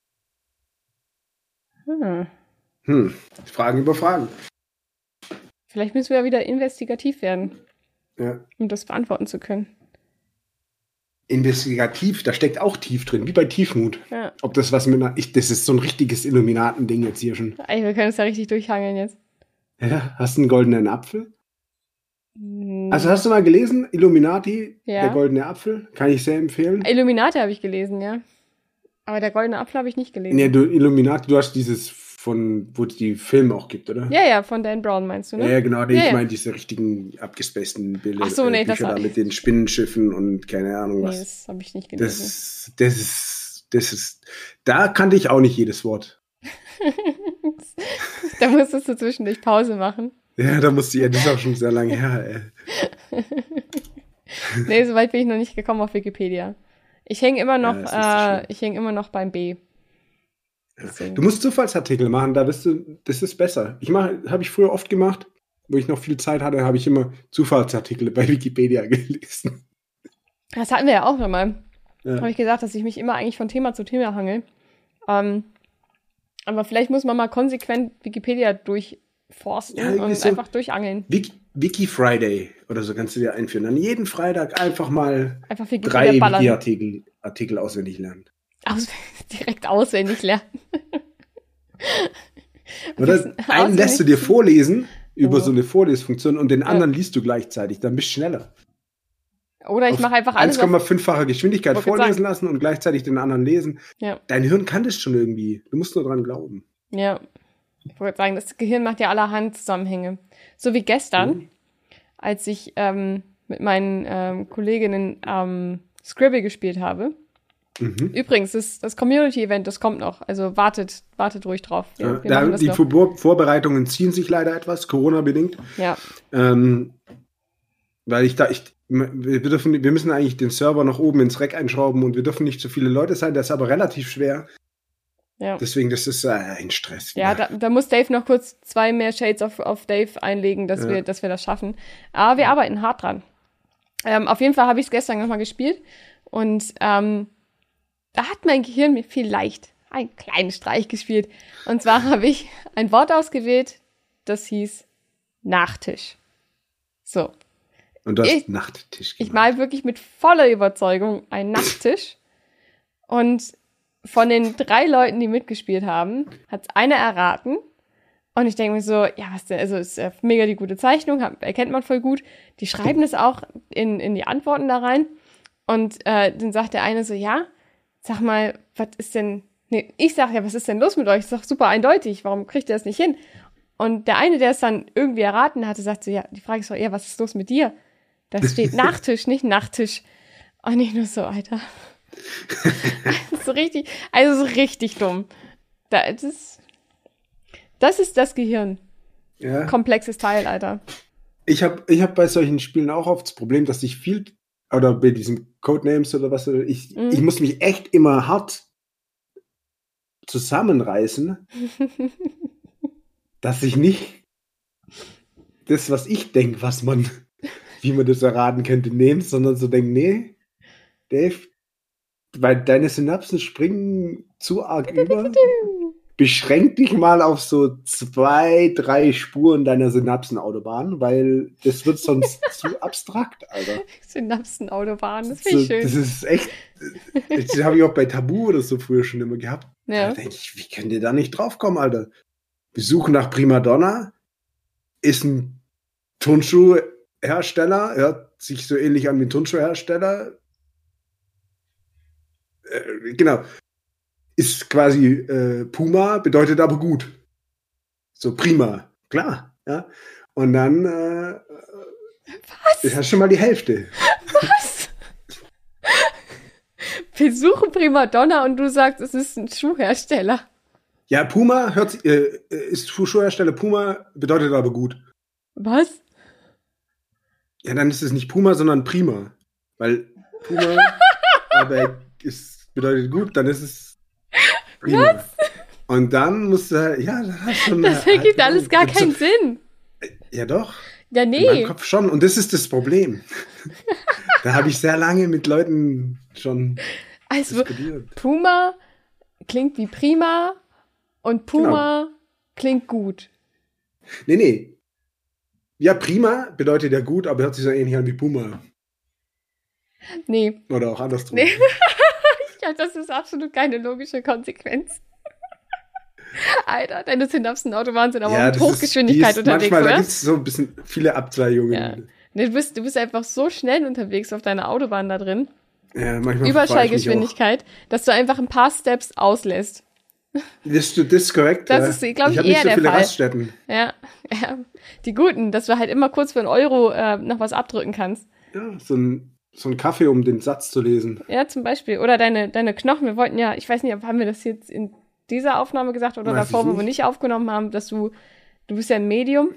Hm. Hm, Fragen über Fragen. Vielleicht müssen wir ja wieder investigativ werden. Ja. Um das beantworten zu können. Investigativ, da steckt auch tief drin, wie bei Tiefmut. Ja. Ob das was mit einer, ich, das ist so ein richtiges Illuminatending jetzt hier schon. Ey, wir können uns da richtig durchhangeln jetzt. Ja, hast du einen goldenen Apfel? Hm. Also hast du mal gelesen, Illuminati, ja. Der goldene Apfel? Kann ich sehr empfehlen. Illuminati habe ich gelesen, ja. Aber der goldene Apfel habe ich nicht gelesen. Nee, du Illuminati, du hast dieses von, wo es die Filme auch gibt, oder? Ja, ja, von Dan Brown meinst du, ne? Ja, genau, ja, ich ja. meine diese richtigen abgespaceden Bilder. Ach so, nee, äh, das Bücher hab da ich- mit den Spinnenschiffen und keine Ahnung Nee, was. das habe ich nicht gelesen. Das, das ist, das ist, da kannte ich auch nicht jedes Wort. Da musstest du zwischendurch Pause machen. Ja, da musste ich, ja, das ist auch schon sehr lange her, ey. Nee, so weit bin ich noch nicht gekommen auf Wikipedia. Ich hänge immer noch, Ja, das ist so äh, schlimm. ich hänge immer noch beim B. Deswegen. Du musst Zufallsartikel machen, da bist du, das ist besser. Ich mache, habe ich früher oft gemacht, wo ich noch viel Zeit hatte, habe ich immer Zufallsartikel bei Wikipedia gelesen. Das hatten wir ja auch schon mal. Ja. Habe ich gesagt, dass ich mich immer eigentlich von Thema zu Thema hangel. Ähm, aber vielleicht muss man mal konsequent Wikipedia durchforsten Ja, und ist so- einfach durchangeln. Wiki, Wiki Friday oder so kannst du dir einführen. An jeden Freitag einfach mal Einfach drei Wikipedia ballern. Wiki-Artikel Artikel auswendig lernen. Aus, direkt auswendig lernen. Oder Wissen- einen lässt du auswendig- dir vorlesen über Oh. so eine Vorlesfunktion und den Ja. anderen liest du gleichzeitig. Dann bist du schneller. Oder ich Auf mache einfach alles eins Komma auf, fünffache Geschwindigkeit Wollte grad vorlesen lassen und gleichzeitig den anderen lesen. Ja. Dein Hirn kann das schon irgendwie. Du musst nur dran glauben. Ja. Ich wollte sagen, das Gehirn macht ja allerhand Zusammenhänge. So wie gestern, Mhm. als ich ähm, mit meinen ähm, Kolleginnen ähm, Scribble gespielt habe. Mhm. Übrigens, das, das Community-Event, das kommt noch. Also wartet, wartet ruhig drauf. Wir, Ja, wir da, machen das die noch. Vor Vorbereitungen ziehen sich leider etwas, Corona-bedingt. Ja, Ähm, weil ich da, ich, wir, dürfen, wir müssen eigentlich den Server nach oben ins Rack einschrauben und wir dürfen nicht so viele Leute sein. Das ist aber relativ schwer. ja. Deswegen, das ist äh, ein Stress. Ja, da, da muss Dave noch kurz zwei mehr Shades of, of Dave einlegen, dass, Ja. wir, dass wir das schaffen. Aber wir arbeiten hart dran. Ähm, auf jeden Fall habe ich es gestern nochmal gespielt. Und ähm, da hat mein Gehirn mir vielleicht einen kleinen Streich gespielt. Und zwar habe ich ein Wort ausgewählt, das hieß Nachtisch. So. Und du hast ich- Nachttisch Ich gemacht. mal wirklich mit voller Überzeugung einen Nachttisch. Und von den drei Leuten, die mitgespielt haben, hat es einer erraten. Und ich denke mir so, ja, was denn, also ist ja mega die gute Zeichnung, hab, erkennt man voll gut. Die schreiben es auch in, in die Antworten da rein. Und äh, dann sagt der eine so, ja, sag mal, was ist denn, nee, ich sag ja, was ist denn los mit euch? Das ist doch super eindeutig, warum kriegt ihr das nicht hin? Und der eine, der es dann irgendwie erraten hatte, sagt so, ja, die Frage ist doch eher, was ist los mit dir? Da steht Nachtisch, nicht Nachttisch. Und ich nur so, Alter. so richtig, also so richtig dumm. Da, das, ist, das ist das Gehirn. Ja. Komplexes Teil, Alter. Ich habe ich hab bei solchen Spielen auch oft das Problem, dass ich viel, oder bei diesen Codenames oder was, oder ich, Mhm. ich muss mich echt immer hart zusammenreißen, dass ich nicht das, was ich denke, was man, wie man das erraten könnte, nehme, sondern so denke, nee, Dave, weil deine Synapsen springen zu arg über. Beschränk dich mal auf so zwei, drei Spuren deiner Synapsenautobahn, weil das wird sonst zu abstrakt, Alter. Synapsenautobahn, das So, finde ich schön. das ist echt, das habe ich auch bei Tabu oder so früher schon immer gehabt. Ja. Da denke ich, wie könnt ihr da nicht draufkommen, Alter? Wir suchen nach Primadonna, ist ein Turnschuhhersteller, hört sich so ähnlich an wie ein Turnschuhhersteller. Äh, genau. Ist quasi äh, Puma, bedeutet aber gut. So prima, klar. Ja? Und dann äh, Was? das hast schon mal die Hälfte. Was? Wir suchen Primadonna und du sagst, es ist ein Schuhhersteller. Ja, Puma hört sich, äh, ist Schuhhersteller Puma, bedeutet aber gut. Was? Ja, dann ist es nicht Puma, sondern Prima. Weil Puma aber ist, bedeutet gut, dann ist es Prima. Was? Und dann musst du halt, ja, das hast schon. Das ergibt alles gar keinen Sinn. Ja, doch. Ja, In meinem nee. Kopf schon. Und das ist das Problem. Da habe ich sehr lange mit Leuten schon Also, diskutiert. Puma klingt wie Prima und Puma klingt gut. Nee, nee. Ja, Prima bedeutet ja gut, aber hört sich so ähnlich an wie Puma. Nee. Oder auch andersrum. Nee. Ja, das ist absolut keine logische Konsequenz. Alter, deine Synapsenautobahnen sind aber Ja, mit das ist- Hochgeschwindigkeit die ist unterwegs, manchmal, da oder? gibt es so ein bisschen viele Abzweigungen. Ja. Nee, du bist, du bist einfach so schnell unterwegs auf deiner Autobahn da drin. Ja, manchmal Überschallgeschwindigkeit, dass du einfach ein paar Steps auslässt. Das, das ist korrekt. Das ja. ist, glaube ich, ich eher nicht so der viele Fall. Raststätten. Ja, ja, die guten, dass du halt immer kurz für einen Euro äh, noch was abdrücken kannst. Ja, so ein, so ein Kaffee, um den Satz zu lesen. Ja, zum Beispiel. Oder deine, deine Knochen. Wir wollten ja, ich weiß nicht, haben wir das jetzt in dieser Aufnahme gesagt oder Weiß davor, ich wo wir nicht aufgenommen haben, dass du, du bist ja ein Medium.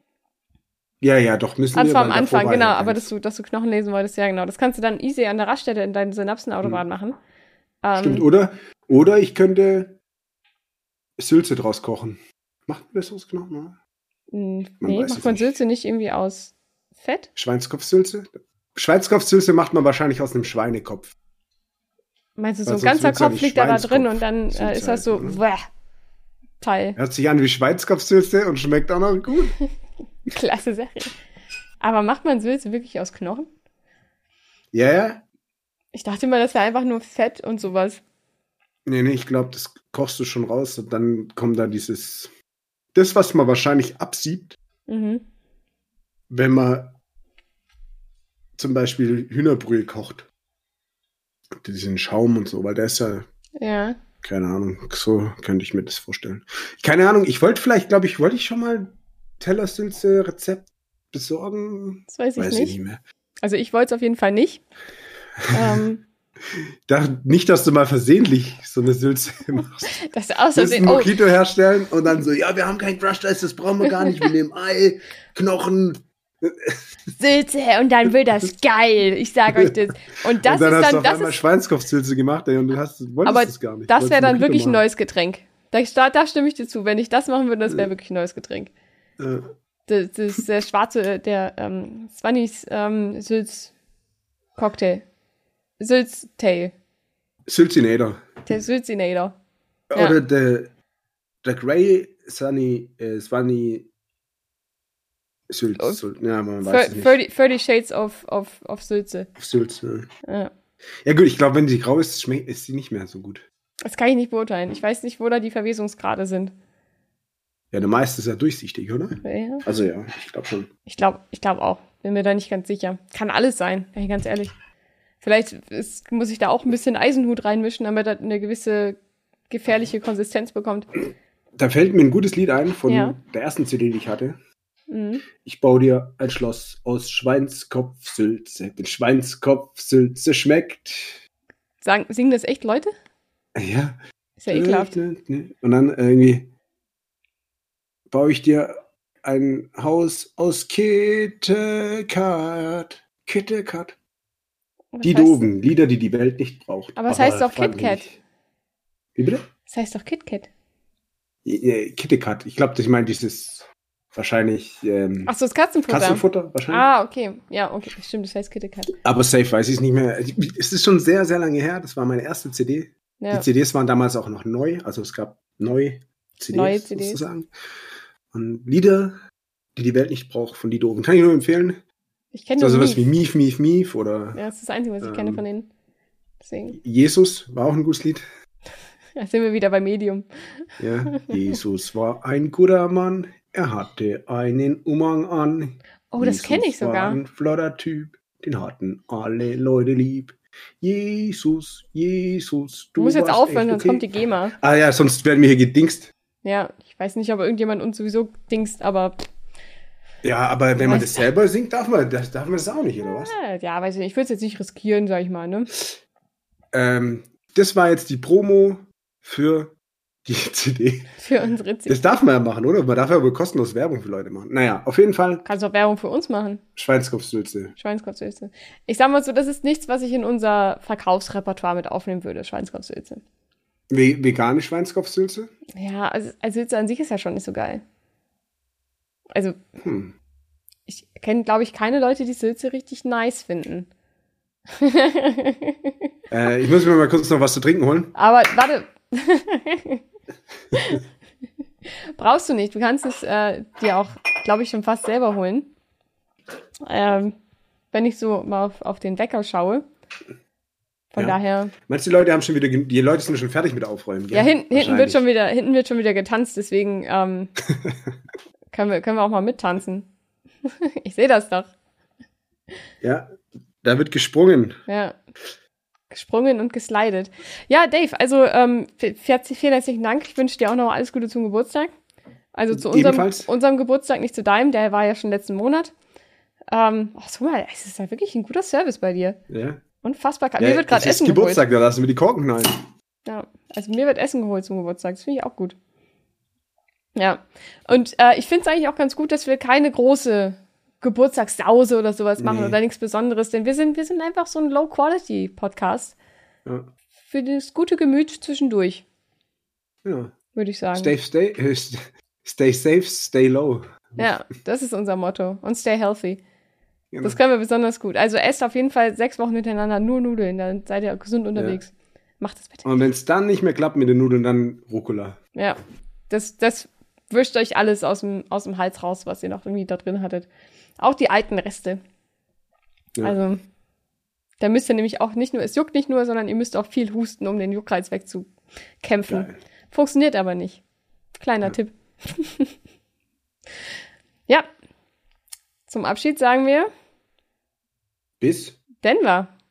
Ja, ja, doch, müssen Also wir. am weil davor Anfang, war genau, ja aber keins. dass du, dass du Knochen lesen wolltest, ja genau. Das kannst du dann easy an der Raststätte in deinen Synapsenautobahn Mhm. machen. Ähm, Stimmt, oder? Oder ich könnte Sülze draus kochen. Macht man das aus Knochen, oder? mh, Man nee, weiß macht es man nicht. Sülze nicht irgendwie aus Fett? Schweinskopfsülze? Schweinskopfsülze macht man wahrscheinlich aus einem Schweinekopf. Meinst du, so Weil ein sonst ganzer wird's ja Kopf nicht liegt da, da drin und dann Schweinskopf- äh, ist das Sülze so, heißen, wäh, Teil. Hört sich an wie Schweinskopfsülze und schmeckt auch noch gut. Klasse Sache. Aber macht man Sülze wirklich aus Knochen? Ja, ja. Ich dachte immer, das wäre einfach nur Fett und sowas. Nee, nee, ich glaube, das kochst du schon raus und dann kommt da dieses, das, was man wahrscheinlich absiebt, Mhm. wenn man zum Beispiel Hühnerbrühe kocht. Diesen Schaum und so, weil der ist ja, Ja. keine Ahnung, so könnte ich mir das vorstellen. Keine Ahnung, ich wollte vielleicht, glaube ich, wollte ich schon mal Tellersülze-Rezept besorgen? Das weiß ich Weiß nicht. ich nicht mehr. Also ich wollte es auf jeden Fall nicht. ähm, Da, nicht, dass du mal versehentlich so eine Sülze machst. das Du willst außerdem. ein Oh, Mojito herstellen und dann so, ja, wir haben kein Crushed Eis, das brauchen wir gar nicht. Wir nehmen Ei, Knochen. Sülze und dann wird das geil. Ich sag euch das. Und das und dann ist hast du dann, auf das einmal ist, Schweinskopfsülze gemacht, ey, und du hast, wolltest aber das gar nicht. das Du wäre wolltest dann wirklich ein Mojito neues Getränk. Da, da, da stimme ich dir zu. Wenn ich das machen würde, das wäre wirklich ein neues Getränk. machen. Das, das ist der schwarze, der ähm, Swannies ähm, Sülz Cocktail. Sülz Tail. Äh, Sülzinator. Der Sülzinator. Ja. Oder der, der Grey Sunny, äh, Swanny Sülz. Oh. Sülz. Ja, man weiß es nicht. dreißig, dreißig Shades of, of, of Sülze. Sülz, ja. Ja. Ja gut, ich glaube, wenn sie grau ist, schmeckt, ist sie nicht mehr so gut. Das kann ich nicht beurteilen. Ich weiß nicht, wo da die Verwesungsgrade sind. Ja, der meiste ist ja durchsichtig, oder? Ja. Also ja, ich glaube schon. Ich glaube ich glaub auch. Bin mir da nicht ganz sicher. Kann alles sein, bin ich ganz ehrlich. Vielleicht ist, muss ich da auch ein bisschen Eisenhut reinmischen, damit das eine gewisse gefährliche Konsistenz bekommt. Da fällt mir ein gutes Lied ein von Ja. der ersten C D, die ich hatte. Mhm. Ich baue dir ein Schloss aus Schweinskopfsülze. Den Schweinskopfsülze schmeckt. Sagen, singen das echt Leute? Ja. Ist ja ekelhaft. Und dann irgendwie baue ich dir ein Haus aus KitKat. KitKat. Was Die heißt- doofen Lieder, die die Welt nicht braucht. Aber es heißt doch frag mich KitKat. nicht. Wie bitte? Das heißt doch KitKat. Äh, KitKat. Ich glaube, ich meine dieses wahrscheinlich ähm, Ach so, das Katzenfutter. Katzenfutter wahrscheinlich. Ah, okay. Ja, okay. Stimmt, das heißt KitKat. Aber safe weiß ich es nicht mehr. Es ist schon sehr, sehr lange her. Das war meine erste C D. Ja. Die C Ds waren damals auch noch neu. Also es gab neue C Ds, Neue C Ds. sozusagen. Und Lieder, die die Welt nicht braucht, von die Doofen. Kann ich nur empfehlen. Ich kenne So nur sowas wie Mief. Mief, Mief, Mief oder Ja, das ist das Einzige, was ich Ähm, kenne von denen. Deswegen. Jesus war auch ein gutes Lied. Da sind wir wieder bei Medium. Ja. Jesus war ein guter Mann. Er hatte einen Umhang an. Oh, das kenne ich Jesus war sogar. ein flotter Typ. Den hatten alle Leute lieb. Jesus, Jesus, Du du musst jetzt warst aufhören, echt sonst okay. kommt die GEMA. Ah ja, sonst werden wir hier gedingst. Ja, ich weiß nicht, ob irgendjemand uns sowieso dingst, aber Ja, aber wenn man Weiß- das selber singt, darf man das, darf man das auch nicht, oder was? äh, ja, weiß ich nicht. Ich würde es jetzt nicht riskieren, sag ich mal, ne? Ähm, das war jetzt die Promo für die C D. Für unsere C D. Das darf man ja machen, oder? Man darf ja wohl kostenlos Werbung für Leute machen. Naja, auf jeden Fall Kannst auch Werbung für uns machen. Schweinskopfsülze. Schweinskopfsülze. Ich sag mal so, das ist nichts, was ich in unser Verkaufsrepertoire mit aufnehmen würde, Schweinskopfsülze. Ve vegane Schweinskopfsülze? Ja, also, also Sülze an sich ist ja schon nicht so geil. Also, Hm. ich kenne, glaube ich, keine Leute, die Sülze richtig nice finden. Äh, ich muss mir mal kurz noch was zu trinken holen. Aber warte. Brauchst du nicht. Du kannst es äh, dir auch, glaube ich, schon fast selber holen. Ähm, wenn ich so mal auf, auf den Wecker schaue. Von Ja. daher. Meinst du, die Leute haben schon wieder, gen- die Leute sind schon fertig mit Aufräumen? Gell? Ja, hin, hinten, wird Wahrscheinlich. schon wieder, hinten wird schon wieder getanzt, deswegen ähm, können, wir, können wir auch mal mittanzen. Ich sehe das doch. Ja, da wird gesprungen. Ja. gesprungen und geslidet. Ja, Dave, also ähm, vielen herzlichen Dank. Ich wünsche dir auch noch alles Gute zum Geburtstag. Also zu unserem, unserem Geburtstag, nicht zu deinem, der war ja schon letzten Monat. Ähm, ach so mal, es ist ja wirklich ein guter Service bei dir. Ja. Unfassbar. Ja, mir wird gerade Essen Geburtstag, geholt. Da lassen wir die Korken knallen. Ja, also mir wird Essen geholt zum Geburtstag. Das finde ich auch gut. Ja, und äh, ich finde es eigentlich auch ganz gut, dass wir keine große Geburtstagssause oder sowas machen nee. oder nichts Besonderes, denn wir sind, wir sind einfach so ein Low-Quality-Podcast. Ja. Für das gute Gemüt zwischendurch. Ja. Würde ich sagen. Stay, stay, uh, stay safe, stay low. Ja, das ist unser Motto. Und stay healthy. Genau. Das können wir besonders gut. Also esst auf jeden Fall sechs Wochen hintereinander nur Nudeln, dann seid ihr gesund unterwegs. Ja. Macht das bitte. Und wenn es dann nicht mehr klappt mit den Nudeln, dann Rucola. Ja, das, das wischt euch alles aus dem, aus dem Hals raus, was ihr noch irgendwie da drin hattet. Auch die alten Reste. Ja. Also, da müsst ihr nämlich auch nicht nur, es juckt nicht nur, sondern ihr müsst auch viel husten, um den Juckreiz wegzukämpfen. Geil. Funktioniert aber nicht. Kleiner ja. Tipp. Ja. Zum Abschied sagen wir bis Denver.